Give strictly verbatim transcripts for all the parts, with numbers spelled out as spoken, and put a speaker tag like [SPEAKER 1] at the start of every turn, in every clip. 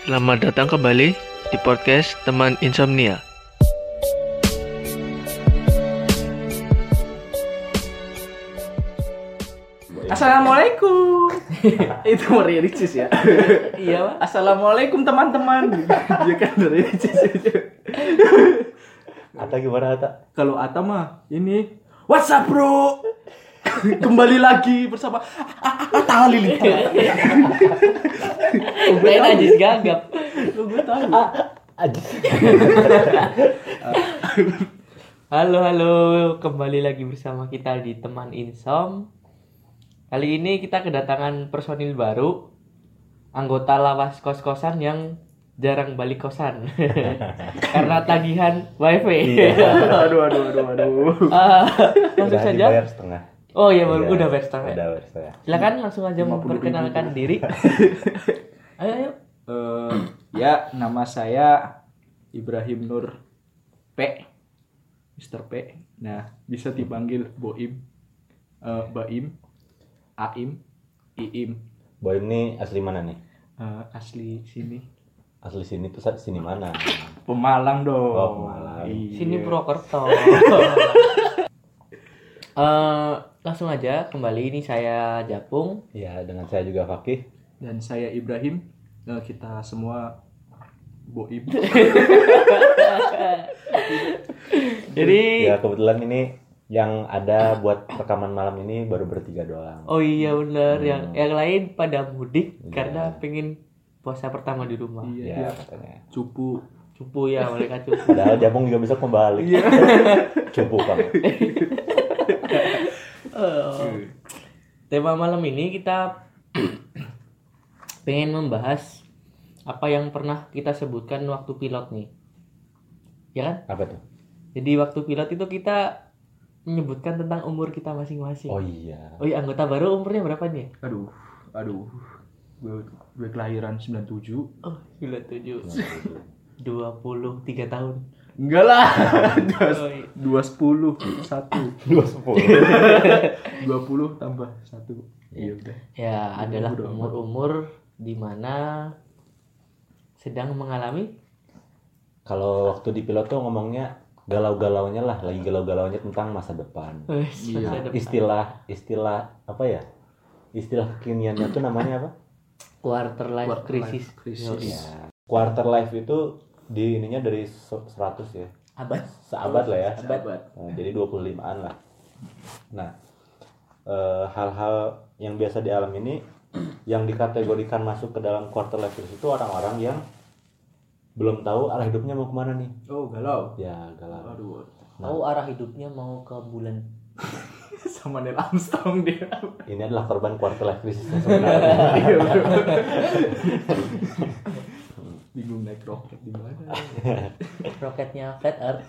[SPEAKER 1] Selamat datang kembali di podcast Teman Insomnia.
[SPEAKER 2] Assalamualaikum. Itu Maria Ricis ya.
[SPEAKER 3] Iya, Pak.
[SPEAKER 2] Assalamualaikum teman-teman. Dia kan dari Ricis itu.
[SPEAKER 4] Ata gimana Ata?
[SPEAKER 2] Kalau Ata mah ini what's up bro? Kembali lagi bersama Ata Halilintar.
[SPEAKER 3] Main Ajis gagap.
[SPEAKER 2] Gue tahu.
[SPEAKER 4] Ajis.
[SPEAKER 3] Halo, halo. Kembali lagi bersama kita di Teman Insom. Kali ini kita kedatangan personil baru, anggota lawas kos-kosan yang jarang balik kosan karena tagihan wifi.
[SPEAKER 4] Iya.
[SPEAKER 2] Aduh aduh aduh aduh.
[SPEAKER 3] Uh, langsung
[SPEAKER 4] Udah
[SPEAKER 3] saja.
[SPEAKER 4] dibayar setengah.
[SPEAKER 3] Oh iya, baru
[SPEAKER 4] Iya.
[SPEAKER 3] udah bayar setengah.
[SPEAKER 4] Udah bayar setengah.
[SPEAKER 3] Silakan langsung aja
[SPEAKER 2] lima puluh ribu.
[SPEAKER 3] memperkenalkan diri. Ayo, ayo.
[SPEAKER 2] Eh, ya, nama saya Ibrahim Nur P. Mister P. Nah, bisa dipanggil Boim, eh, Baim, Aim, Iim.
[SPEAKER 4] Boy ini asli mana nih?
[SPEAKER 2] Eh, asli sini.
[SPEAKER 4] Asli sini tuh sa- sini mana?
[SPEAKER 2] Pemalang dong.
[SPEAKER 4] Oh, Pemalang.
[SPEAKER 2] Iya.
[SPEAKER 3] Sini Purwokerto. Eh, langsung aja kembali, ini saya Japung.
[SPEAKER 4] Iya, dengan saya juga Fakih.
[SPEAKER 2] Dan saya Ibrahim. Eh, kita semua Boim.
[SPEAKER 3] Jadi
[SPEAKER 4] Ya kebetulan ini yang ada buat rekaman malam ini baru bertiga doang.
[SPEAKER 3] oh iya benar,
[SPEAKER 4] Hmm.
[SPEAKER 3] yang yang lain pada mudik
[SPEAKER 4] Iya.
[SPEAKER 3] karena pengen puasa pertama di rumah.
[SPEAKER 2] Iya,
[SPEAKER 4] Ya
[SPEAKER 2] dia
[SPEAKER 4] katanya.
[SPEAKER 2] cupu.
[SPEAKER 3] Cupu ya, mereka cupu.
[SPEAKER 4] Padahal Japung juga bisa kembali.
[SPEAKER 2] Iya.
[SPEAKER 4] Cupu kamu.
[SPEAKER 3] Eh, tema malam ini kita pengen membahas apa yang pernah kita sebutkan waktu pilot nih. Ya kan?
[SPEAKER 4] Apa tuh?
[SPEAKER 3] Jadi waktu pilot itu kita menyebutkan tentang umur kita masing-masing.
[SPEAKER 4] Oh iya.
[SPEAKER 3] Oh iya, anggota baru umurnya berapa nih?
[SPEAKER 2] Aduh, aduh. Gue, gue kelahiran sembilan puluh tujuh.
[SPEAKER 3] Oh, sembilan puluh tujuh. dua puluh tiga tahun.
[SPEAKER 2] Enggak lah.
[SPEAKER 3] Oh, iya.
[SPEAKER 2] dua sepuluh satu.
[SPEAKER 4] Dua sepuluh.
[SPEAKER 2] dua puluh tambah satu. Iya udah.
[SPEAKER 3] Ya, adalah
[SPEAKER 2] Udah,
[SPEAKER 3] umur-umur di mana sedang mengalami
[SPEAKER 4] Kalau waktu di pilot tuh ngomongnya galau-galaunya lah, lagi galau-galaunya tentang masa depan.
[SPEAKER 3] eh,
[SPEAKER 2] Iya.
[SPEAKER 3] masa depan.
[SPEAKER 4] Istilah istilah apa ya? Istilah kekiniannya tuh namanya apa?
[SPEAKER 3] quarter life
[SPEAKER 2] Quarter
[SPEAKER 3] crisis.
[SPEAKER 2] life crisis.
[SPEAKER 3] Yo, iya.
[SPEAKER 4] Ya. Quarter life itu di ininya dari se- seratus ya.
[SPEAKER 3] Abad.
[SPEAKER 4] Seabad lah ya.
[SPEAKER 2] Sahabat.
[SPEAKER 4] Nah, jadi dua puluh limaan lah. Nah, eh, hal-hal yang biasa dialami ini yang dikategorikan masuk ke dalam quarter life crisis itu orang-orang yang belum tahu arah hidupnya mau kemana nih.
[SPEAKER 2] Oh, galau.
[SPEAKER 4] Ya, galau.
[SPEAKER 2] Aduh.
[SPEAKER 3] Tahu arah hidupnya mau ke bulan.
[SPEAKER 2] Sama Neil Armstrong dia.
[SPEAKER 4] Ini adalah korban quarter life crisis sebenarnya.
[SPEAKER 2] Iya, bro. Bingung naik roket di mana.
[SPEAKER 3] Roketnya Flat Earth.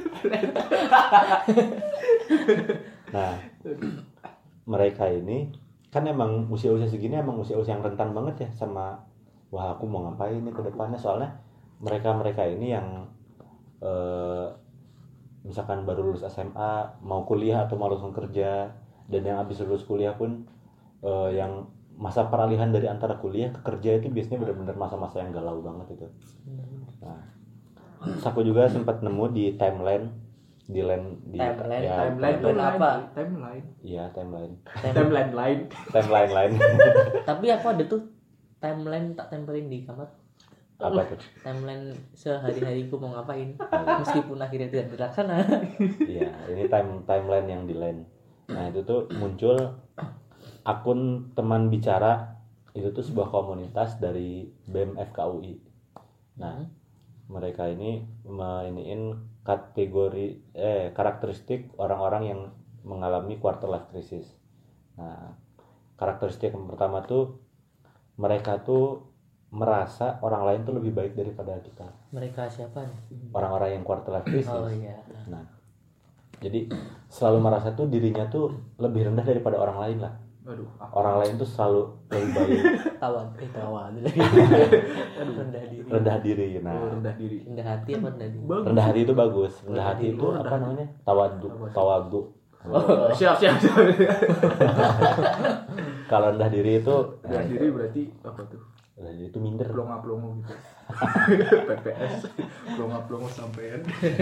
[SPEAKER 4] Nah, mereka ini kan emang usia-usia segini emang usia-usia yang rentan banget ya sama wah aku mau ngapain nih ke depannya, soalnya mereka-mereka ini yang eh, misalkan baru lulus S M A mau kuliah atau mau langsung kerja, dan yang habis lulus kuliah pun eh, yang masa peralihan dari antara kuliah ke kerja itu biasanya benar-benar masa-masa yang galau banget itu. Nah, terus aku juga sempat nemu di timeline di line di
[SPEAKER 3] Timeline,
[SPEAKER 4] ya,
[SPEAKER 2] Timeline tuh
[SPEAKER 3] Timeline
[SPEAKER 2] line.
[SPEAKER 3] apa?
[SPEAKER 2] Timeline.
[SPEAKER 4] Iya, timeline.
[SPEAKER 2] Timeline line.
[SPEAKER 4] Timeline lain.
[SPEAKER 3] Tapi aku ada tuh timeline tak tempelin di kamar.
[SPEAKER 4] Apa tuh?
[SPEAKER 3] Timeline sehari-hariku mau ngapain, meskipun akhirnya tidak terlaksana.
[SPEAKER 4] Iya, ini time timeline yang di line. Nah, itu tuh muncul akun teman bicara, itu tuh sebuah komunitas dari B E M F K U I. Nah, mereka ini mainin kategori eh karakteristik orang-orang yang mengalami quarter life crisis. Nah, karakteristik yang pertama tuh mereka tuh merasa orang lain tuh lebih baik daripada kita.
[SPEAKER 3] Mereka siapa nih?
[SPEAKER 4] Orang-orang yang quarter life crisis.
[SPEAKER 3] Oh iya.
[SPEAKER 4] Nah, jadi selalu merasa tuh dirinya tuh lebih rendah daripada orang lain lah.
[SPEAKER 2] Aduh, aku.
[SPEAKER 4] Orang lain tuh selalu lebih baik,
[SPEAKER 3] Tawan, eh tawan. Rendah diri.
[SPEAKER 4] rendah diri.
[SPEAKER 2] Oh,
[SPEAKER 4] Nah,
[SPEAKER 2] rendah diri.
[SPEAKER 3] Rendah hati apa rendah diri?
[SPEAKER 2] Bagus.
[SPEAKER 4] rendah hati itu bagus. Rendah hati
[SPEAKER 2] Rendah
[SPEAKER 4] itu
[SPEAKER 2] hati.
[SPEAKER 4] apa
[SPEAKER 2] Rendah
[SPEAKER 4] namanya? Tawadu, tawadu.
[SPEAKER 2] Oh, siap siap siap.
[SPEAKER 4] Kalau rendah diri itu
[SPEAKER 2] Rendah diri berarti apa tuh?
[SPEAKER 4] rendah diri itu minder.
[SPEAKER 2] Plonga-plongo gitu. P P S plonga-plonga sampean.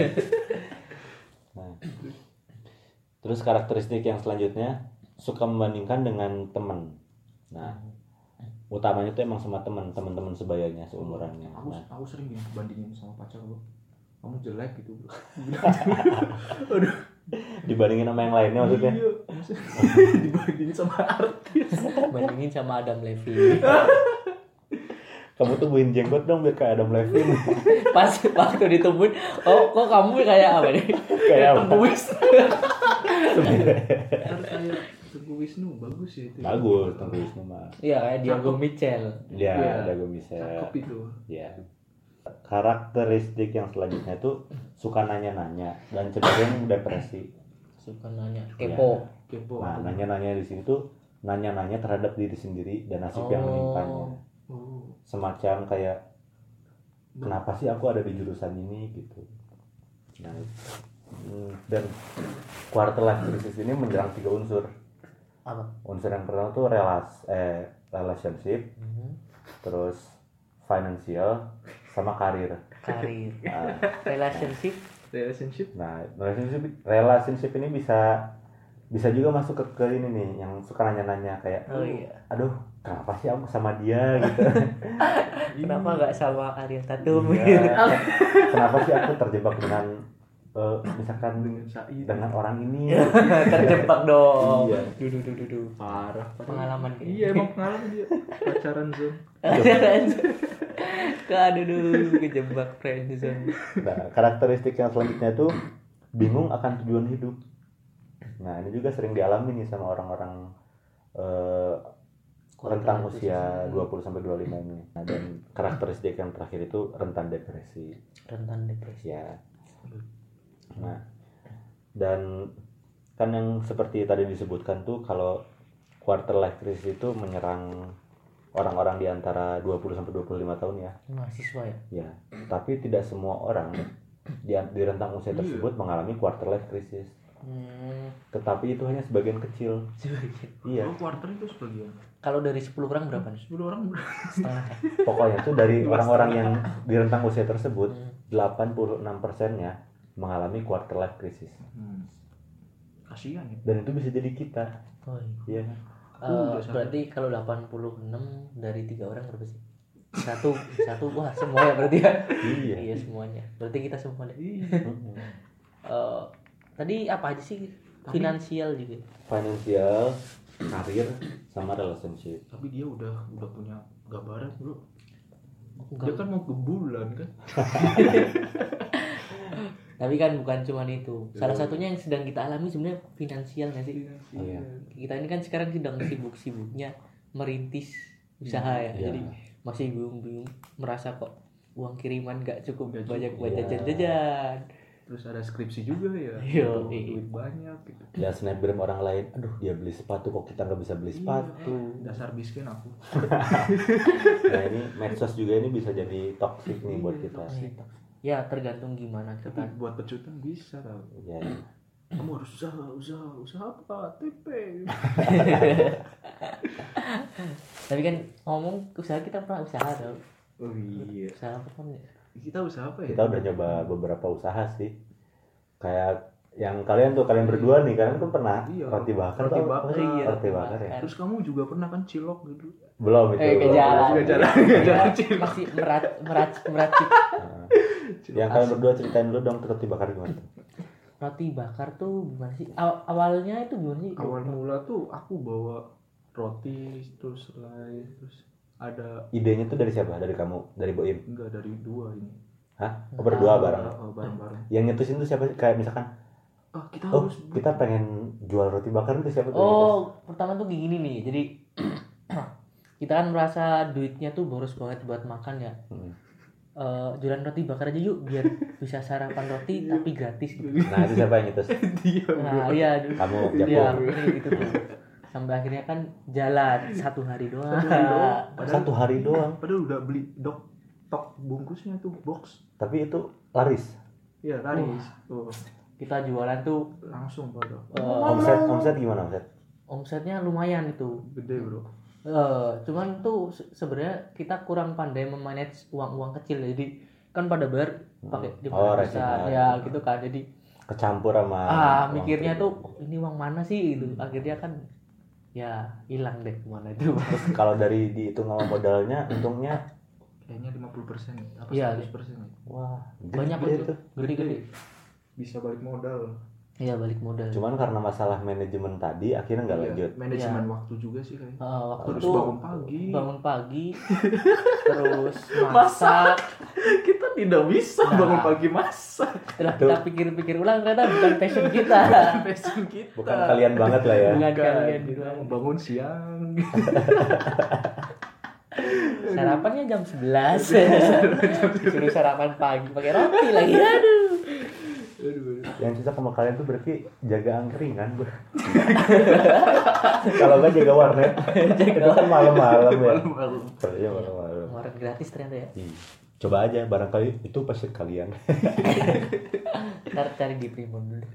[SPEAKER 4] Nah, terus karakteristik yang selanjutnya suka membandingkan dengan teman. Nah, utamanya itu emang sama teman, teman-teman sebayanya, seumurannya.
[SPEAKER 2] Aku
[SPEAKER 4] Nah,
[SPEAKER 2] aku sering gini bandingin sama pacar gua. Kamu jelek gitu, Bro. Aduh,
[SPEAKER 4] dibandingin sama yang lainnya maksudnya.
[SPEAKER 2] iya, maksudnya dibandingin sama artis.
[SPEAKER 3] Bandingin sama Adam Levine.
[SPEAKER 4] Kamu tubuhin jenggot dong biar kayak Adam Levine.
[SPEAKER 3] Pas waktu ditumbuhin, oh kok kamu kayak apa nih?
[SPEAKER 4] Kayak apa?
[SPEAKER 3] Tengku Wisnu.
[SPEAKER 2] Harus kayak Tengku Wisnu, bagus ya itu.
[SPEAKER 4] Bagus, Tengku Wisnu mah.
[SPEAKER 3] Iya kayak Diego Michel.
[SPEAKER 4] Ya,
[SPEAKER 2] Iya.
[SPEAKER 4] ada gue bisa.
[SPEAKER 2] Cakep itu.
[SPEAKER 4] Ya. Karakteristik yang selanjutnya itu suka nanya-nanya dan cenderung depresi.
[SPEAKER 3] Suka nanya, kepo.
[SPEAKER 2] Kepo.
[SPEAKER 4] Nah, nanya-nanya di sini tuh nanya-nanya terhadap diri sendiri dan nasib yang menimpanya.
[SPEAKER 2] Oh.
[SPEAKER 4] Semacam kayak kenapa sih aku ada di jurusan ini gitu. Nah, mm, dan quarter life crisis ini menyerang tiga unsur.
[SPEAKER 3] Apa?
[SPEAKER 4] Unsur yang pertama tuh relas eh relationship,
[SPEAKER 3] Mhm.
[SPEAKER 4] terus financial sama karir.
[SPEAKER 3] Karir.
[SPEAKER 4] Nah,
[SPEAKER 3] Relationship.
[SPEAKER 2] Relationship.
[SPEAKER 4] Nah, relationship relationship ini bisa bisa juga masuk ke, ke ini nih yang suka nanya-nanya kayak,
[SPEAKER 3] Oh iya.
[SPEAKER 4] aduh, kenapa sih aku sama dia gitu?
[SPEAKER 3] Kenapa nggak sama Ariel Tatum?
[SPEAKER 4] Iya. Kenapa sih aku terjebak dengan eh, misalkan
[SPEAKER 2] Dengan Said.
[SPEAKER 4] dengan orang ini?
[SPEAKER 3] Terjebak dong.
[SPEAKER 2] Iya.
[SPEAKER 3] Dudu dudu dudu.
[SPEAKER 2] Parah, parah.
[SPEAKER 3] Pengalaman dia.
[SPEAKER 2] Iya, emang pengalaman dia. Pacaran zone.
[SPEAKER 3] Kak dudu kejebak friendzone.
[SPEAKER 4] Nah, karakteristik yang selanjutnya itu bingung akan tujuan hidup. Nah, ini juga sering dialami nih sama orang-orang eh, rentang usia dua puluh sampai dua puluh lima ini. Nah, dan karakteristik yang terakhir itu rentan depresi.
[SPEAKER 3] Rentan depresi.
[SPEAKER 4] Ya. Nah, dan kan yang seperti tadi disebutkan tuh kalau quarter life crisis itu menyerang orang-orang di antara dua puluh sampai dua puluh lima tahun ya.
[SPEAKER 3] Mahasiswa ya.
[SPEAKER 4] Ya, tapi tidak semua orang di, di rentang usia tersebut mengalami quarter life crisis.
[SPEAKER 3] Hmm.
[SPEAKER 4] Tetapi itu hanya sebagian kecil. Iya.
[SPEAKER 2] Oh, quarter itu sebagian.
[SPEAKER 3] Kalau dari sepuluh orang berapa nih?
[SPEAKER 2] sepuluh orang ber-
[SPEAKER 3] Setengah.
[SPEAKER 4] Pokoknya tuh dari orang-orang yang di rentang usia tersebut
[SPEAKER 3] Hmm.
[SPEAKER 4] delapan puluh enam persennya mengalami quarter life crisis.
[SPEAKER 2] Hmm. Kasihan ya.
[SPEAKER 4] Dan itu bisa jadi kita.
[SPEAKER 3] Oh iya.
[SPEAKER 4] Iya kan?
[SPEAKER 3] Eh,
[SPEAKER 2] Udah satu.
[SPEAKER 3] berarti kalau delapan puluh enam dari tiga orang berapa sih? Satu, satu, wah semua ya berarti ya?
[SPEAKER 4] Iya.
[SPEAKER 3] Iya semuanya. Berarti kita semua deh.
[SPEAKER 4] Mm-mm.
[SPEAKER 3] Eh, tadi apa aja sih? Finansial juga.
[SPEAKER 4] Financial, karir, sama relationship.
[SPEAKER 2] Tapi dia udah udah punya gambaran, Bro.
[SPEAKER 3] Enggak.
[SPEAKER 2] Dia kan mau ke bulan kan.
[SPEAKER 3] Tapi kan bukan cuma itu. Salah satunya yang sedang kita alami sebenarnya finansial nggak sih?
[SPEAKER 4] Iya.
[SPEAKER 3] Kita ini kan sekarang sedang sibuk-sibuknya merintis usaha ya.
[SPEAKER 4] Iya.
[SPEAKER 3] Jadi masih bingung-bingung merasa kok uang kiriman nggak cukup
[SPEAKER 2] Nggak
[SPEAKER 3] banyak
[SPEAKER 2] cukup,
[SPEAKER 3] buat
[SPEAKER 4] iya.
[SPEAKER 3] jajan-jajan.
[SPEAKER 2] Terus ada skripsi juga ya.
[SPEAKER 3] Yo,
[SPEAKER 2] Butuh
[SPEAKER 3] iya.
[SPEAKER 2] duit banyak gitu.
[SPEAKER 4] Ya snapgram orang lain, aduh dia beli sepatu kok kita nggak bisa beli sepatu.
[SPEAKER 2] Dasar miskin aku.
[SPEAKER 4] Nah ini medsos juga ini bisa jadi toxic nih buat kita.
[SPEAKER 3] Ya tergantung gimana
[SPEAKER 2] Tapi
[SPEAKER 3] kita.
[SPEAKER 2] buat pecutan bisa tau.
[SPEAKER 4] Ya,
[SPEAKER 2] Kamu harus usaha, usaha, usaha apa? T P.
[SPEAKER 3] Tapi kan ngomong usaha kita pernah usaha tau.
[SPEAKER 2] Oh iya.
[SPEAKER 3] Usaha apa kan ya?
[SPEAKER 2] Kita usaha apa ya?
[SPEAKER 4] kita udah nyoba beberapa usaha sih. Kayak yang kalian tuh kalian berdua nih, kalian kan pernah
[SPEAKER 2] Iya,
[SPEAKER 4] roti bakar
[SPEAKER 2] roti
[SPEAKER 4] tau?
[SPEAKER 2] bakar.
[SPEAKER 3] Iya,
[SPEAKER 4] Roti bakar ya.
[SPEAKER 2] Terus kamu juga pernah kan cilok gitu?
[SPEAKER 4] Belum itu.
[SPEAKER 3] Eh ke
[SPEAKER 4] belum.
[SPEAKER 3] jalan.
[SPEAKER 2] Ke jalan, ke jalan cilok.
[SPEAKER 3] Masih merat merat meracik.
[SPEAKER 4] Nah, yang kalian berdua ceritain dulu dong roti bakar gimana tuh?
[SPEAKER 3] Roti bakar tuh gimana sih? Aw- awalnya itu gimana sih?
[SPEAKER 2] Awal mula tuh aku bawa roti terus selai terus ada
[SPEAKER 4] Idenya tuh dari siapa? Dari kamu? Dari Boim?
[SPEAKER 2] enggak dari dua ini.
[SPEAKER 4] Hah? Oh, berdua bareng.
[SPEAKER 2] Oh, bareng-bareng.
[SPEAKER 4] Yang nyetusin tuh siapa? Kayak misalkan,
[SPEAKER 2] Ah, kita
[SPEAKER 4] oh
[SPEAKER 2] harus
[SPEAKER 4] kita pengen jual roti bakar itu siapa tuh?
[SPEAKER 3] Oh, pertama tuh kayak gini nih. Jadi kita kan merasa duitnya tuh boros banget buat makan ya.
[SPEAKER 4] Hmm.
[SPEAKER 3] Eh, jualan roti bakar aja yuk biar bisa sarapan roti tapi gratis gitu.
[SPEAKER 4] Nah itu siapa yang nyetus?
[SPEAKER 2] dia.
[SPEAKER 3] Nah, iya dulu.
[SPEAKER 4] Kamu,
[SPEAKER 3] Iya,
[SPEAKER 4] Japo.
[SPEAKER 3] ini gitu tuh. Sampai akhirnya kan jalan satu hari doang.
[SPEAKER 2] Satu hari doang. Padahal,
[SPEAKER 4] Satu hari doang.
[SPEAKER 2] padahal udah beli dok tok bungkusnya tuh box.
[SPEAKER 4] Tapi itu laris.
[SPEAKER 2] Iya, laris. Tuh,
[SPEAKER 3] Kita jualan tuh
[SPEAKER 2] langsung pada.
[SPEAKER 3] eh,
[SPEAKER 4] Omset omset gimana omset?
[SPEAKER 3] omsetnya lumayan itu.
[SPEAKER 2] Gede, Bro.
[SPEAKER 3] Eh, cuman tuh se- sebenarnya kita kurang pandai memanage uang-uang kecil, jadi kan pada bayar pakai di
[SPEAKER 4] Oh,
[SPEAKER 3] besar
[SPEAKER 4] recehan.
[SPEAKER 3] ya gitu kan, jadi
[SPEAKER 4] Kecampur sama
[SPEAKER 3] ah
[SPEAKER 4] uang
[SPEAKER 3] mikirnya
[SPEAKER 4] pribadi.
[SPEAKER 3] tuh ini uang mana sih itu, akhirnya kan ya hilang deh kemana itu.
[SPEAKER 4] Terus kalau dari dihitung sama modalnya untungnya
[SPEAKER 2] Kayaknya lima puluh persen apa
[SPEAKER 3] Iya,
[SPEAKER 2] seratus persen ya?
[SPEAKER 4] wah
[SPEAKER 3] Banyak
[SPEAKER 4] gede
[SPEAKER 3] itu
[SPEAKER 4] tuh.
[SPEAKER 3] gede-gede.
[SPEAKER 2] Bisa balik modal.
[SPEAKER 3] Iya balik modal.
[SPEAKER 4] Cuman karena masalah manajemen tadi akhirnya nggak
[SPEAKER 2] Iya,
[SPEAKER 4] lanjut.
[SPEAKER 2] manajemen waktu juga sih kayaknya.
[SPEAKER 3] Eh, waktu
[SPEAKER 2] Harus
[SPEAKER 3] itu
[SPEAKER 2] bangun pagi.
[SPEAKER 3] bangun pagi terus masak.
[SPEAKER 2] Kita tidak bisa
[SPEAKER 3] Nah.
[SPEAKER 2] bangun pagi masak.
[SPEAKER 3] Setelah kita pikir-pikir ulang ternyata bukan passion kita.
[SPEAKER 2] Passion kita.
[SPEAKER 4] Bukan kalian banget lah ya.
[SPEAKER 3] Bukan
[SPEAKER 2] Bukan,
[SPEAKER 3] kalian
[SPEAKER 2] kita
[SPEAKER 3] doang.
[SPEAKER 2] bangun siang.
[SPEAKER 3] Sarapannya jam sebelas. Disuruh sarapan pagi pakai roti lagi. Aduh.
[SPEAKER 4] Yang susah sama kalian tuh berarti jaga angkringan bro. Kalau nggak jaga warnet. Itu kan malam-malam ya.
[SPEAKER 2] Malam-malam.
[SPEAKER 4] Iya malam-malam.
[SPEAKER 3] Warnet gratis ternyata ya.
[SPEAKER 4] Ih, coba aja barangkali itu passion kalian.
[SPEAKER 3] Ntar cari di Primbon dulu.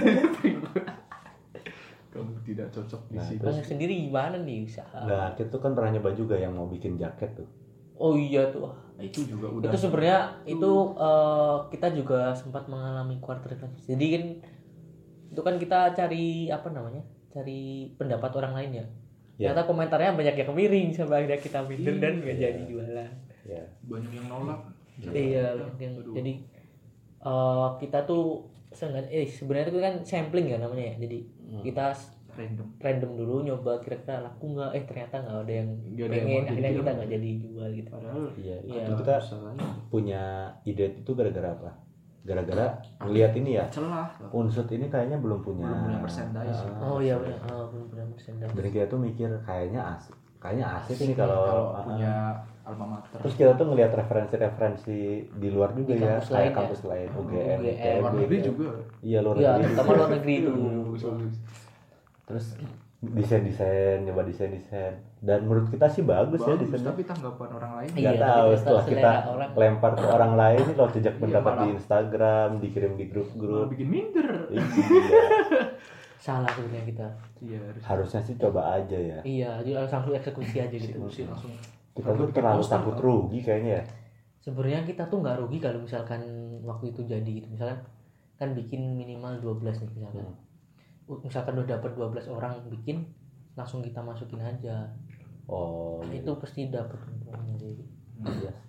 [SPEAKER 2] Kamu tidak cocok di
[SPEAKER 4] Nah,
[SPEAKER 2] sini.
[SPEAKER 4] terus-
[SPEAKER 3] Terus sendiri gimana nih usaha?
[SPEAKER 4] Nah, kita tuh kan pernah nyoba juga yang mau bikin jaket tuh.
[SPEAKER 3] Oh iya tuh.
[SPEAKER 2] Nah, itu juga udah.
[SPEAKER 3] Itu sebenarnya itu eh, kita juga sempat mengalami quarter crisis. Jadi kan itu kan kita cari apa namanya? Cari pendapat orang lain ya.
[SPEAKER 4] Ya.
[SPEAKER 3] Ternyata komentarnya banyak yang miring sampai akhirnya kita minder dan nggak
[SPEAKER 4] Iya.
[SPEAKER 3] jadi jualan.
[SPEAKER 4] Ya.
[SPEAKER 2] banyak yang nolak.
[SPEAKER 3] Iya, banyak yang-
[SPEAKER 2] Aduh.
[SPEAKER 3] jadi eh, kita tuh sengaja eh sebenarnya itu kan sampling ya namanya ya. Jadi
[SPEAKER 4] Hmm.
[SPEAKER 3] kita s-
[SPEAKER 2] Random.
[SPEAKER 3] random dulu nyoba kira-kira laku nggak, eh ternyata nggak ada yang
[SPEAKER 2] Nggak ada yang
[SPEAKER 3] pengen,
[SPEAKER 2] mau, jadi
[SPEAKER 3] akhirnya kita
[SPEAKER 2] kita-
[SPEAKER 3] nggak jadi jual gitu.
[SPEAKER 2] Padahal
[SPEAKER 4] Iya,
[SPEAKER 3] Iya.
[SPEAKER 4] itu kita
[SPEAKER 2] usahanya
[SPEAKER 4] punya ide itu gara-gara apa? Gara-gara ngelihat ini ya.
[SPEAKER 2] celah.
[SPEAKER 4] Unsut ini kayaknya belum punya.
[SPEAKER 2] Belum punya merchandise.
[SPEAKER 4] Ah,
[SPEAKER 3] Oh iya benar, oh, belum pernah merchandise.
[SPEAKER 4] Dan kita tuh mikir kayaknya asik. Kayaknya asik ini
[SPEAKER 2] Kalau
[SPEAKER 4] kalau ah,
[SPEAKER 2] punya alma mater.
[SPEAKER 4] Terus kita tuh ngelihat referensi-referensi di luar juga
[SPEAKER 3] Di
[SPEAKER 4] ya,
[SPEAKER 3] kampus
[SPEAKER 4] kayak
[SPEAKER 3] lain ya?
[SPEAKER 4] kampus lain, U G M,
[SPEAKER 3] U G M,
[SPEAKER 4] I T B,
[SPEAKER 2] luar negeri
[SPEAKER 4] gitu.
[SPEAKER 2] juga.
[SPEAKER 4] Iya luar
[SPEAKER 3] Iya,
[SPEAKER 4] negeri.
[SPEAKER 3] terutama luar negeri itu.
[SPEAKER 2] Bagus, bagus.
[SPEAKER 4] Terus desain-desain, nyoba desain-desain. Dan menurut kita sih bagus, ya
[SPEAKER 2] Bagus,
[SPEAKER 4] desainnya.
[SPEAKER 2] tapi tanggapan orang lain
[SPEAKER 3] Iya,
[SPEAKER 4] Gak
[SPEAKER 3] tapi
[SPEAKER 4] tahu
[SPEAKER 3] kita
[SPEAKER 4] setelah kita
[SPEAKER 3] selera orang.
[SPEAKER 4] lempar ke orang lain nih kalau jejak
[SPEAKER 2] Iya,
[SPEAKER 4] pendapat di
[SPEAKER 2] malah.
[SPEAKER 4] Instagram, dikirim di
[SPEAKER 2] malah
[SPEAKER 4] grup-grup.
[SPEAKER 2] bikin minder.
[SPEAKER 4] Iya.
[SPEAKER 3] Salah sebenarnya kita.
[SPEAKER 2] Iya, harus
[SPEAKER 4] Harusnya sih coba aja ya.
[SPEAKER 3] Iya, jadi langsung eksekusi aja gitu.
[SPEAKER 2] eksekusi langsung.
[SPEAKER 4] Kita tuh
[SPEAKER 2] Bikin
[SPEAKER 4] terlalu
[SPEAKER 2] poster,
[SPEAKER 4] takut
[SPEAKER 2] Pak.
[SPEAKER 4] rugi kayaknya ya.
[SPEAKER 3] Sebenarnya kita tuh nggak rugi kalau misalkan waktu itu jadi gitu. Misalkan kan bikin minimal dua belas nih misalkan.
[SPEAKER 4] Hmm.
[SPEAKER 3] Uh, Misalkan udah dapat dua belas orang bikin, langsung kita masukin aja.
[SPEAKER 4] Oh,
[SPEAKER 3] Nah,
[SPEAKER 4] gitu.
[SPEAKER 3] itu pasti dapat untungnya jadi.
[SPEAKER 4] Iya sih.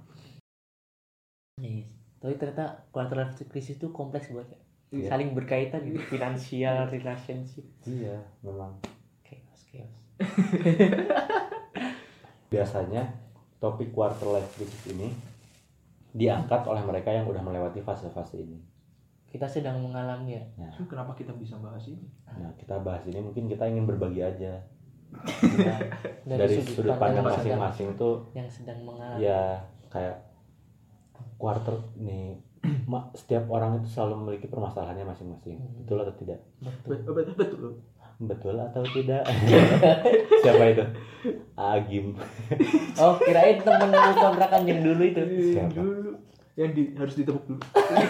[SPEAKER 3] Yes. Tapi ternyata quarter life crisis itu kompleks banget.
[SPEAKER 4] Iya.
[SPEAKER 3] Saling berkaitan gitu, finansial, relationship,
[SPEAKER 4] Iya, memang.
[SPEAKER 3] chaos, chaos.
[SPEAKER 4] Biasanya topik quarter life crisis ini diangkat oleh mereka yang udah melewati fase-fase ini.
[SPEAKER 3] Kita sedang mengalami ya.
[SPEAKER 4] Nah,
[SPEAKER 2] Itu kenapa kita bisa bahas ini?
[SPEAKER 4] nah, kita bahas ini mungkin kita ingin berbagi aja
[SPEAKER 3] Kita
[SPEAKER 4] dari, sudut pandang
[SPEAKER 3] yang sedang-
[SPEAKER 4] masing-masing tuh
[SPEAKER 3] yang sedang mengalami.
[SPEAKER 4] ya kayak quarter nih ma- setiap orang itu selalu memiliki permasalahannya masing-masing.
[SPEAKER 3] Hmm.
[SPEAKER 4] Betul atau tidak?
[SPEAKER 3] Betul.
[SPEAKER 2] Betul, betul.
[SPEAKER 4] Betul atau tidak? Siapa itu? Agim.
[SPEAKER 3] Oh, kirain temen lu kontrakan yang dulu itu.
[SPEAKER 4] Siapa?
[SPEAKER 2] Dulu yang di, harus ditepuk dulu.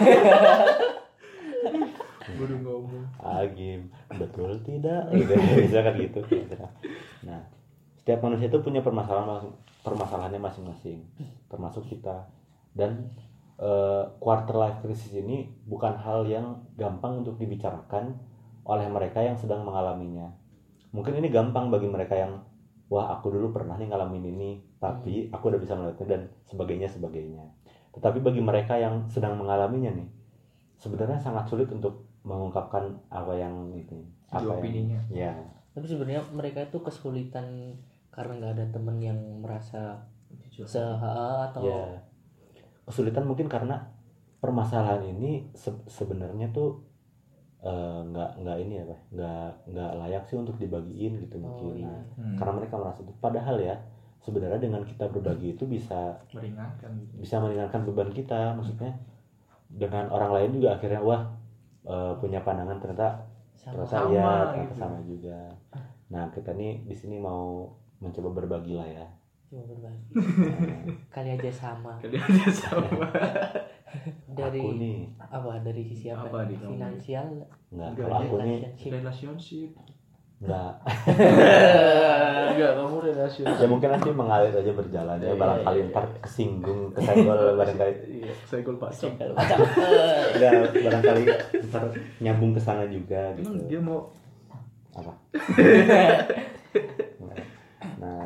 [SPEAKER 2] Baru ngomong.
[SPEAKER 4] Agim. Betul tidak? Gitu. Bisa kan gitu. Nah, setiap manusia itu punya permasalahan masing- permasalahannya masing-masing, termasuk kita. Dan eh, quarter life crisis ini bukan hal yang gampang untuk dibicarakan oleh mereka yang sedang mengalaminya. Mungkin ini gampang bagi mereka yang wah aku dulu pernah nih ngalamin ini, tapi aku udah bisa melewatinya dan sebagainya sebagainya. Tetapi bagi mereka yang sedang mengalaminya nih, sebenarnya sangat sulit untuk mengungkapkan apa yang itu, apa yang,
[SPEAKER 2] opininya.
[SPEAKER 4] ya,
[SPEAKER 3] Tapi sebenarnya mereka itu kesulitan karena nggak ada temen yang merasa se atau
[SPEAKER 4] ya. Kesulitan mungkin karena permasalahan ini se- sebenarnya tuh eh, nggak nggak ini ya Pak, nggak nggak layak sih untuk dibagiin gitu
[SPEAKER 3] Oh,
[SPEAKER 4] mungkin.
[SPEAKER 3] iya.
[SPEAKER 4] Nah,
[SPEAKER 2] Hmm.
[SPEAKER 4] karena mereka merasa itu. Padahal ya sebenarnya dengan kita berbagi itu bisa
[SPEAKER 2] Meringankan gitu.
[SPEAKER 4] bisa meringankan beban kita. Maksudnya dengan orang lain juga akhirnya wah eh, punya pandangan ternyata
[SPEAKER 3] sama
[SPEAKER 4] ternyata
[SPEAKER 2] Sama
[SPEAKER 4] ya ternyata
[SPEAKER 2] gitu.
[SPEAKER 4] sama juga. Nah kita nih di sini mau mencoba berbagi lah ya.
[SPEAKER 3] cuma berbagi. Kali aja sama.
[SPEAKER 2] Kalian aja sama.
[SPEAKER 3] Dari
[SPEAKER 4] Aku nih
[SPEAKER 3] apa? Dari sisi apa?
[SPEAKER 2] Apa nih kamu?
[SPEAKER 3] Finansial,
[SPEAKER 4] nggak
[SPEAKER 2] Enggak,
[SPEAKER 4] kalau aku nih
[SPEAKER 3] relationship.
[SPEAKER 2] Relationship.
[SPEAKER 4] Enggak.
[SPEAKER 2] Enggak, kamu rasional.
[SPEAKER 4] Ya mungkin nanti mengalir aja berjalan ya, barangkali ntar kesinggung, kesenggol barangkali.
[SPEAKER 2] Iya, saya gol Pak.
[SPEAKER 4] Enggak, barangkali ntar nyambung ke sana juga gitu.
[SPEAKER 2] Emang dia mau
[SPEAKER 4] Apa? Nah,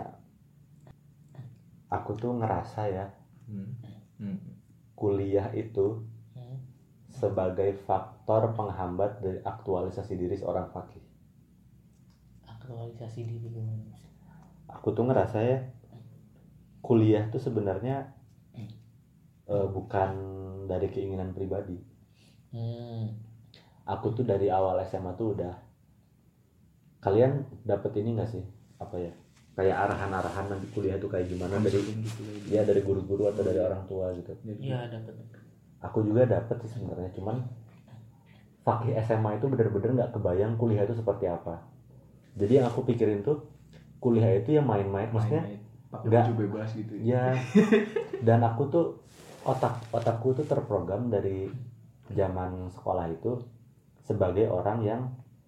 [SPEAKER 4] aku tuh ngerasa ya,
[SPEAKER 2] hmm. Hmm.
[SPEAKER 4] kuliah itu sebagai faktor penghambat dari aktualisasi diri seorang fakih.
[SPEAKER 3] Aktualisasi diri gimana?
[SPEAKER 4] Aku tuh ngerasa ya, kuliah tuh sebenarnya uh, bukan dari keinginan pribadi.
[SPEAKER 3] Hmm.
[SPEAKER 4] Aku tuh dari awal S M A tuh udah, kalian dapet ini nggak sih, apa ya, kayak arahan-arahan nanti kuliah tuh kayak gimana dari,
[SPEAKER 2] gitu,
[SPEAKER 4] ya dari guru-guru atau dari orang tua gitu.
[SPEAKER 3] Iya dapat.
[SPEAKER 4] Aku juga dapet sih sebenarnya, cuman fakih S M A itu bener-bener nggak kebayang kuliah itu seperti apa. Jadi yang aku pikirin tuh kuliah itu ya main-main, maksudnya
[SPEAKER 2] pakai
[SPEAKER 4] nggak
[SPEAKER 2] baju bebas gitu
[SPEAKER 4] ya. Dan aku tuh otak otakku tuh terprogram dari zaman sekolah itu sebagai orang yang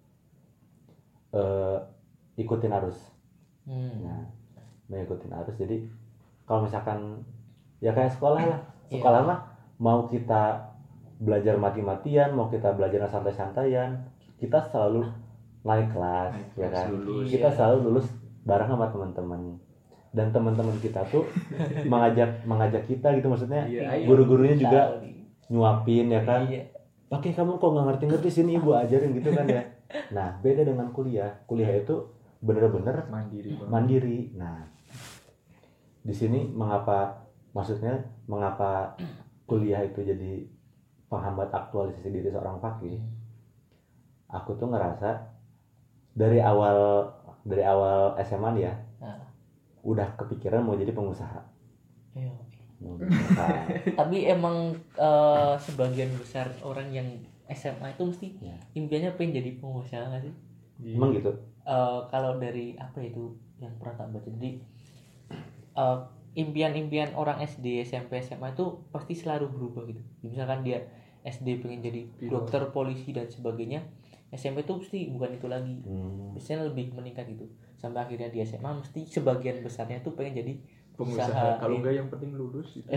[SPEAKER 4] uh, ikutin arus.
[SPEAKER 3] Hmm.
[SPEAKER 4] Nah, mengikutin arus. Jadi kalau misalkan ya kayak sekolah lah, sekolah mah mau kita belajar mati-matian, mau kita belajar santai-santaian, kita selalu naik kelas,
[SPEAKER 2] Naik
[SPEAKER 4] ya
[SPEAKER 2] kelas,
[SPEAKER 4] kan?
[SPEAKER 2] lulus.
[SPEAKER 4] Kita
[SPEAKER 3] Iya.
[SPEAKER 4] selalu lulus bareng sama teman-teman. Dan teman-teman kita tuh mengajak mengajak kita gitu, maksudnya
[SPEAKER 2] Iya, ayo.
[SPEAKER 4] guru-gurunya juga
[SPEAKER 3] Tahu nih.
[SPEAKER 4] nyuapin ya kan.
[SPEAKER 3] Iya.
[SPEAKER 4] Pakai kamu kok nggak ngerti-ngerti, sini ibu ajarin gitu kan ya. Nah, beda dengan kuliah. Kuliah itu bener-bener
[SPEAKER 2] mandiri banget.
[SPEAKER 4] mandiri. Nah, di sini mengapa, maksudnya mengapa kuliah itu jadi penghambat aktualisasi diri seorang fakih? Aku tuh ngerasa dari awal dari awal S M A nih ya,
[SPEAKER 3] Nah.
[SPEAKER 4] udah kepikiran mau jadi pengusaha.
[SPEAKER 3] Iya.
[SPEAKER 4] Mau jadi pengusaha.
[SPEAKER 3] Tapi emang eh, sebagian besar orang yang S M A itu mesti
[SPEAKER 4] Ya.
[SPEAKER 3] impiannya pengen jadi pengusaha nggak sih?
[SPEAKER 2] Iya.
[SPEAKER 4] Emang gitu?
[SPEAKER 3] Eh, kalau dari apa itu yang pernah tak baca, jadi eh, impian-impian orang S D, S M P, S M A itu pasti selalu berubah gitu. Misalkan dia S D pengen jadi
[SPEAKER 2] Pilot.
[SPEAKER 3] dokter, polisi dan sebagainya, S M P itu mesti bukan itu lagi.
[SPEAKER 4] Hmm.
[SPEAKER 3] Biasanya lebih meningkat gitu. Sampai akhirnya di S M A mesti sebagian besarnya tuh pengen jadi
[SPEAKER 2] pengusaha.
[SPEAKER 3] usaha.
[SPEAKER 2] Kalau enggak yang penting lulus gitu.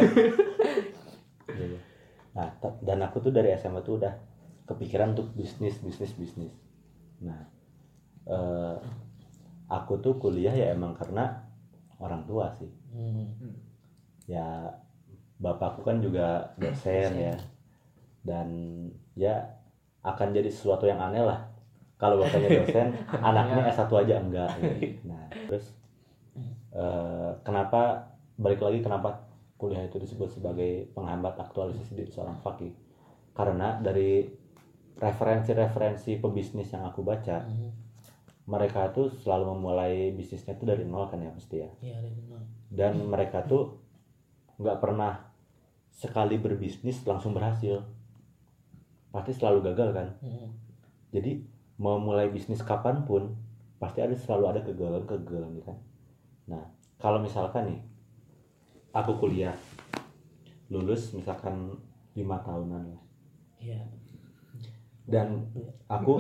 [SPEAKER 4] Iya. Nah, t- dan aku tuh dari S M A tuh udah kepikiran untuk bisnis, bisnis, bisnis. Nah, eh, aku tuh kuliah ya emang karena orang tua sih.
[SPEAKER 3] Hmm.
[SPEAKER 4] Ya, bapakku kan juga dosen ya, dan ya akan jadi sesuatu yang aneh lah kalau bapaknya dosen, anaknya S satu aja enggak. Ya. Nah, terus eh, kenapa balik lagi kenapa kuliah itu disebut sebagai penghambat aktualisasi diri seorang fakih? Karena dari referensi-referensi pebisnis yang aku baca,
[SPEAKER 3] Hmm.
[SPEAKER 4] mereka tuh selalu memulai bisnisnya tuh dari nol kan ya pasti ya.
[SPEAKER 3] Iya, dari nol.
[SPEAKER 4] Dan mereka tuh nggak pernah sekali berbisnis langsung berhasil, pasti selalu gagal kan.
[SPEAKER 3] Hmm.
[SPEAKER 4] Jadi mau mulai bisnis kapanpun pasti ada selalu ada kegagalan-kegagalan gitu kan. Nah, kalau misalkan nih aku kuliah lulus misalkan lima tahunan lah,
[SPEAKER 3] Iya.
[SPEAKER 4] dan aku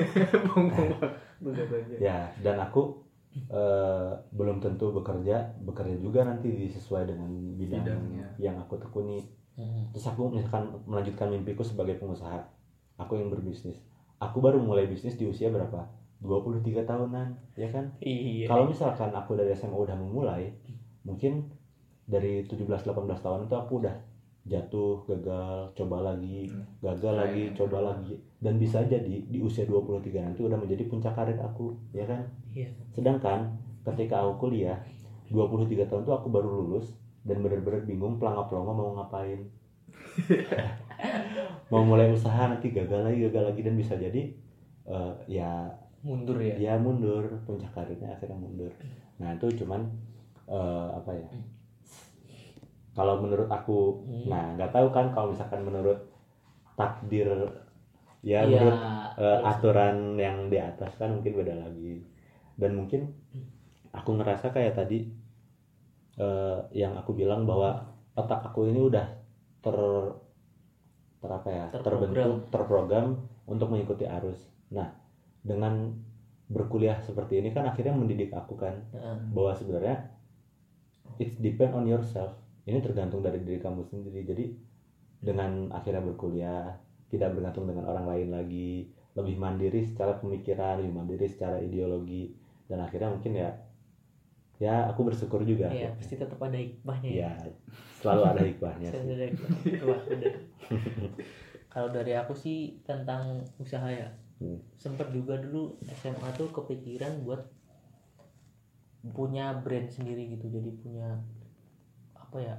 [SPEAKER 4] ya dan aku eh, belum tentu bekerja bekerja juga nanti sesuai dengan bidang
[SPEAKER 2] Bidangnya.
[SPEAKER 4] yang aku tekuni.
[SPEAKER 3] Hmm.
[SPEAKER 4] Terus aku misalkan melanjutkan mimpiku sebagai pengusaha, aku yang berbisnis, aku baru mulai bisnis di usia berapa? dua puluh tiga tahunan, ya kan?
[SPEAKER 3] Iya.
[SPEAKER 4] Kalau misalkan aku dari S M A udah memulai, mungkin dari tujuh belas delapan belas tahun itu aku udah jatuh, gagal, coba lagi, gagal lagi, coba lagi, dan bisa jadi di usia dua puluh tiga nanti udah menjadi puncak karir aku, ya kan?
[SPEAKER 3] Iya.
[SPEAKER 4] Sedangkan ketika aku kuliah dua puluh tiga tahun tuh aku baru lulus dan bener-bener bingung pelanga-pelongo mau ngapain. Mau mulai usaha nanti gagal lagi, gagal lagi, dan bisa jadi uh, ya
[SPEAKER 3] Mundur ya.
[SPEAKER 4] dia mundur, puncak karirnya akhirnya mundur. Nah itu cuman uh, apa ya, kalau menurut aku,
[SPEAKER 3] Hmm.
[SPEAKER 4] nah nggak tahu kan kalau misalkan menurut takdir ya,
[SPEAKER 3] Iya,
[SPEAKER 4] menurut uh,
[SPEAKER 3] terus.
[SPEAKER 4] aturan yang di atas kan mungkin beda lagi. Dan mungkin aku ngerasa kayak tadi uh, yang aku bilang bahwa otak aku ini udah ter ter apa ya
[SPEAKER 3] Terprogram.
[SPEAKER 4] terbentuk terprogram untuk mengikuti arus. Nah dengan berkuliah seperti ini kan akhirnya mendidik aku kan
[SPEAKER 3] Heeh.
[SPEAKER 4] bahwa sebenarnya it's depend on yourself. Ini tergantung dari diri kamu sendiri. Jadi dengan akhirnya berkuliah tidak bergantung dengan orang lain lagi, lebih mandiri secara pemikiran, lebih mandiri secara ideologi, dan akhirnya mungkin ya ya aku bersyukur juga.
[SPEAKER 3] Iya, pasti tetap ada hikmahnya ya.
[SPEAKER 4] Ya selalu ada hikmahnya
[SPEAKER 3] Selalu
[SPEAKER 4] sih.
[SPEAKER 3] ada hikmah. Wah, bener. Kalau dari aku sih tentang usaha ya,
[SPEAKER 4] Hmm.
[SPEAKER 3] sempet juga dulu S M A tuh kepikiran buat punya brand sendiri gitu, jadi punya apa ya,